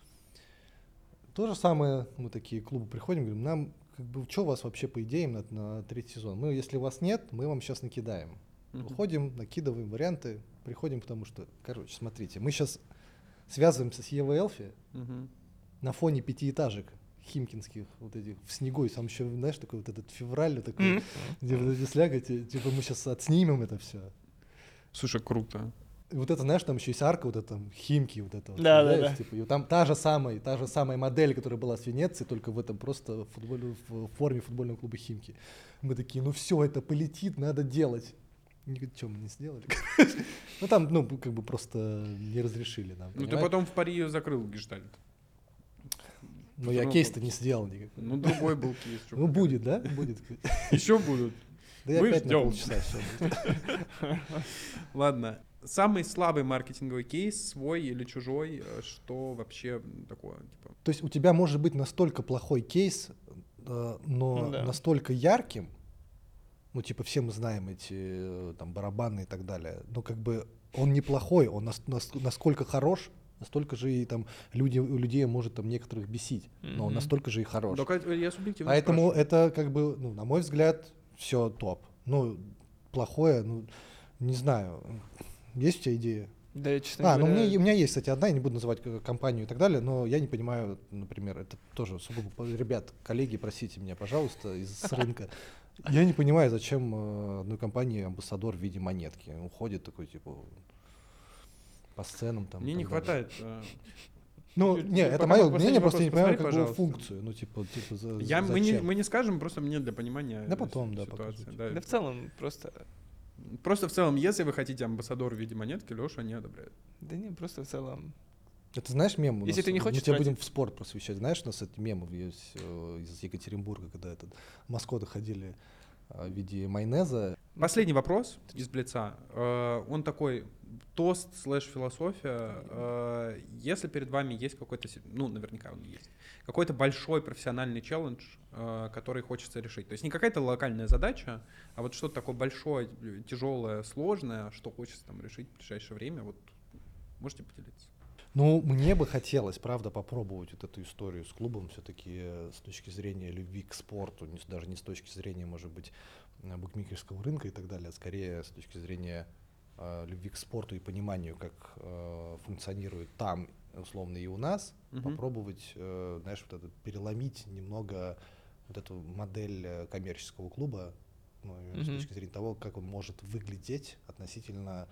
То же самое, мы такие клубы приходим, говорим, нам, как бы, что у вас вообще по идеям на, на третий сезон? Мы, если вас нет, мы вам сейчас накидаем. Мгм. Выходим, накидываем варианты, приходим, потому что, короче, смотрите, мы сейчас связываемся с Евой Элфи Мгм. на фоне пятиэтажек химкинских, вот этих, в снегу, и там еще, знаешь, такой вот этот февраль, такой, Мгм. где вот эти слякоти, типа мы сейчас отснимем это все. Слушай, круто. И вот это, знаешь, там еще есть арка, вот это там, Химки, вот это. вот, Да, да, знаешь, да. Типа, и там та же самая, та же самая модель, которая была с Венеции, только в этом просто футболе, в форме футбольного клуба Химки. Мы такие, ну все, это полетит, надо делать. Они говорят, что мы не сделали? Ну там, ну, как бы просто не разрешили нам. Ну, ты понимаешь? потом в Пари закрыл гештальт. Но я Ну, кейс-то не сделал никакой. Ну, другой был кейс. Ну будет, да? Будет. Еще будут. Да я Мы опять на ждем. полчаса все будет. Ладно. Самый слабый маркетинговый кейс, свой или чужой, э, что вообще такое? Типа, То есть у тебя может быть настолько плохой кейс, э, но Ну да. настолько ярким, ну типа все мы знаем эти э, там барабаны и так далее, но как бы он неплохой, он нас- нас- насколько хорош, настолько же и там люди, у людей может там некоторых бесить, но он Мгм. настолько же и хорош. только я субъективно Поэтому спрашиваю. это как бы, ну, на мой взгляд, все топ. Ну, плохое, ну, не знаю. Есть у тебя идея? Да, я, честно А, ну говоря, мне, у меня есть, кстати, одна, я не буду называть к- компанию и так далее, но я не понимаю, например, это тоже сугубо, по- ребят, коллеги, просите меня, пожалуйста, из с рынка. Я не понимаю, зачем э, одной компании амбассадор в виде монетки. Он ходит такой, типа, по сценам там. и Мне так не далее. хватает. э, Ну, Чуть- не, чуть это пока мое последний мнение, просто я не вопрос понимаю, посмотри, какую пожалуйста. функцию. Ну, типа, типа за, Я, за- мы, не, зачем? мы не скажем, просто мне для понимания. Да э, потом, да, ситуации, покажите. да. да в целом просто... Просто в целом, если вы хотите амбассадор в виде монетки, Леша не одобряет. Да не, просто в целом... Это знаешь мем? у Если нас? ты не Мы хочешь тебя тратить- будем в спорт просвещать. Знаешь, у нас это мемы есть э, из Екатеринбурга, когда этот маскоты ходили э, в виде майонеза. Последний вопрос из Блица. Э, Он такой тост слэш философия. Э, Если перед вами есть какой-то, се- ну, наверняка он есть, какой-то большой профессиональный челлендж, э, который хочется решить. То есть не какая-то локальная задача, а вот что-то такое большое, тяжелое, сложное, что хочется там решить в ближайшее время. Вот можете поделиться? Ну, мне бы хотелось, правда, попробовать вот эту историю с клубом все-таки с точки зрения любви к спорту, не с- даже не с точки зрения, может быть, э, букмекерского рынка и так далее, а скорее с точки зрения э, любви к спорту и пониманию, как э, функционирует там, условно, и у нас, Мгм. попробовать, э, знаешь, вот это, переломить немного вот эту модель э, коммерческого клуба, ну, именно с Мгм. точки зрения того, как он может выглядеть относительно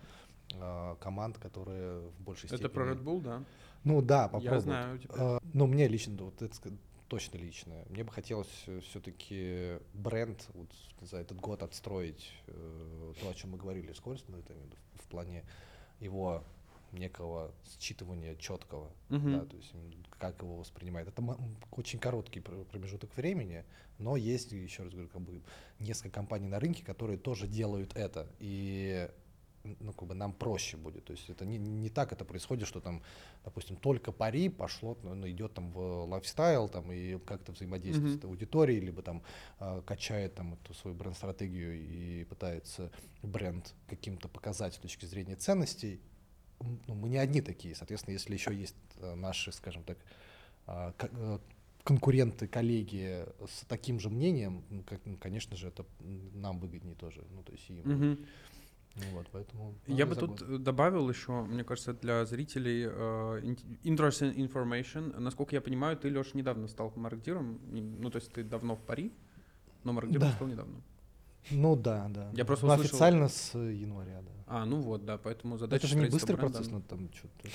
э, команд, которые в большей степени... Это про Red Bull, да? Ну да, попробуют. Я знаю теперь. Э, но мне лично, вот это ска- точно лично, мне бы хотелось все-таки бренд вот за этот год отстроить, э, то, о чем мы говорили вскользь, ну, это в плане его некого считывания четкого, Мгм. да, то есть м, как его воспринимает. Это м- очень короткий пр- промежуток времени, но есть, еще раз говорю, как бы несколько компаний на рынке, которые тоже делают это, и н- ну, как бы нам проще будет. То есть это не, не так это происходит, что там, допустим, только пари пошло, ну, ну, идет там в лайфстайл там, и как-то взаимодействует Мгм. с аудиторией, либо там а, качает там эту свою бренд-стратегию и пытается бренд каким-то показать с точки зрения ценностей. М, ну, мы не одни такие, соответственно, если еще есть э, наши, скажем так, а, ко- э, конкуренты, коллеги с таким же мнением, ну, как- ну, конечно же, это м, нам выгоднее тоже, ну, то есть и им. Мгм. Ну, вот, поэтому... Я надо бы за тут год. э, добавил еще, мне кажется, для зрителей э, ин- interesting information. Насколько я понимаю, ты, Леш, недавно стал маркетиром. И- Ну, то есть ты давно в пари, но маркетиром Да. стал недавно. Ну да, да. Я просто Ну, услышал- официально с э, января, да. А, ну вот, да, поэтому Но задача это же не строительства быстрый бренда, процесс, она- ну там что-то,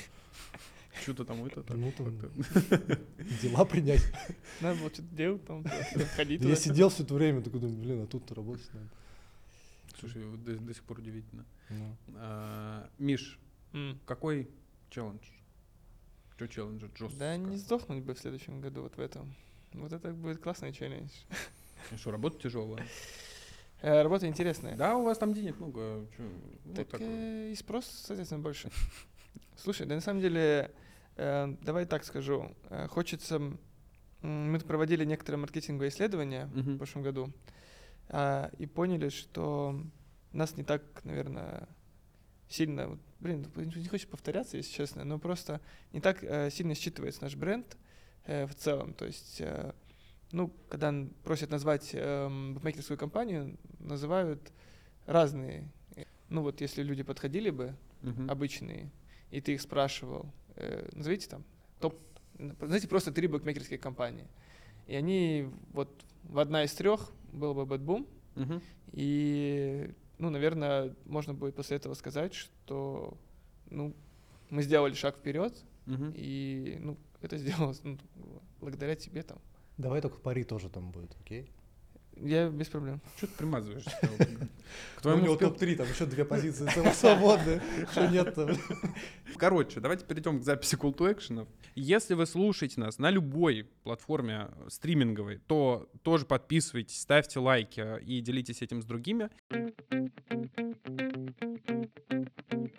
Что-то там это. так, ну там как-то. дела принять. Надо было что-то делать там, ходить Я туда. сидел все это время, такой думаю, блин, а тут работать надо. Слушай, вот до, до сих пор удивительно. Ну. А, Миш, М. какой челлендж? Что челлендж жестко? Да не сдохнуть бы в следующем году вот в этом. Вот это будет классный челлендж. Что, работа тяжелая? Э, Работа интересная. Да, у вас там денег много. чё, ну, Так такое. э, и спрос, соответственно, больше. Слушай, да на самом деле, э, давай так скажу. Э, Хочется... м, Мы тут проводили некоторые маркетинговые исследования Мгм. в прошлом году а, и поняли, что нас не так, наверное, сильно... вот, Блин, не хочется повторяться, если честно, но просто не так э, сильно считывается наш бренд э, в целом. То есть, э, ну, когда н- просят назвать эм, букмекерскую компанию, называют разные. Ну вот если люди подходили бы, Мгм. обычные, и ты их спрашивал, э, назовите там топ, знаете, просто три букмекерские компании. И они, вот, в одна из трех был бы Бэтбум, Мгм. и, ну, наверное, можно будет после этого сказать, что, ну, мы сделали шаг вперед, Мгм. и, ну, это сделалось ну, благодаря тебе там. Давай только в пари тоже там будет, окей? Я без проблем. Что ты примазываешься? К Ну, у твоему него спил- топ-три, там еще две позиции целых свободные, что нет там. Короче, давайте перейдем к записи call to action. Если вы слушаете нас на любой платформе стриминговой, то тоже подписывайтесь, ставьте лайки и делитесь этим с другими.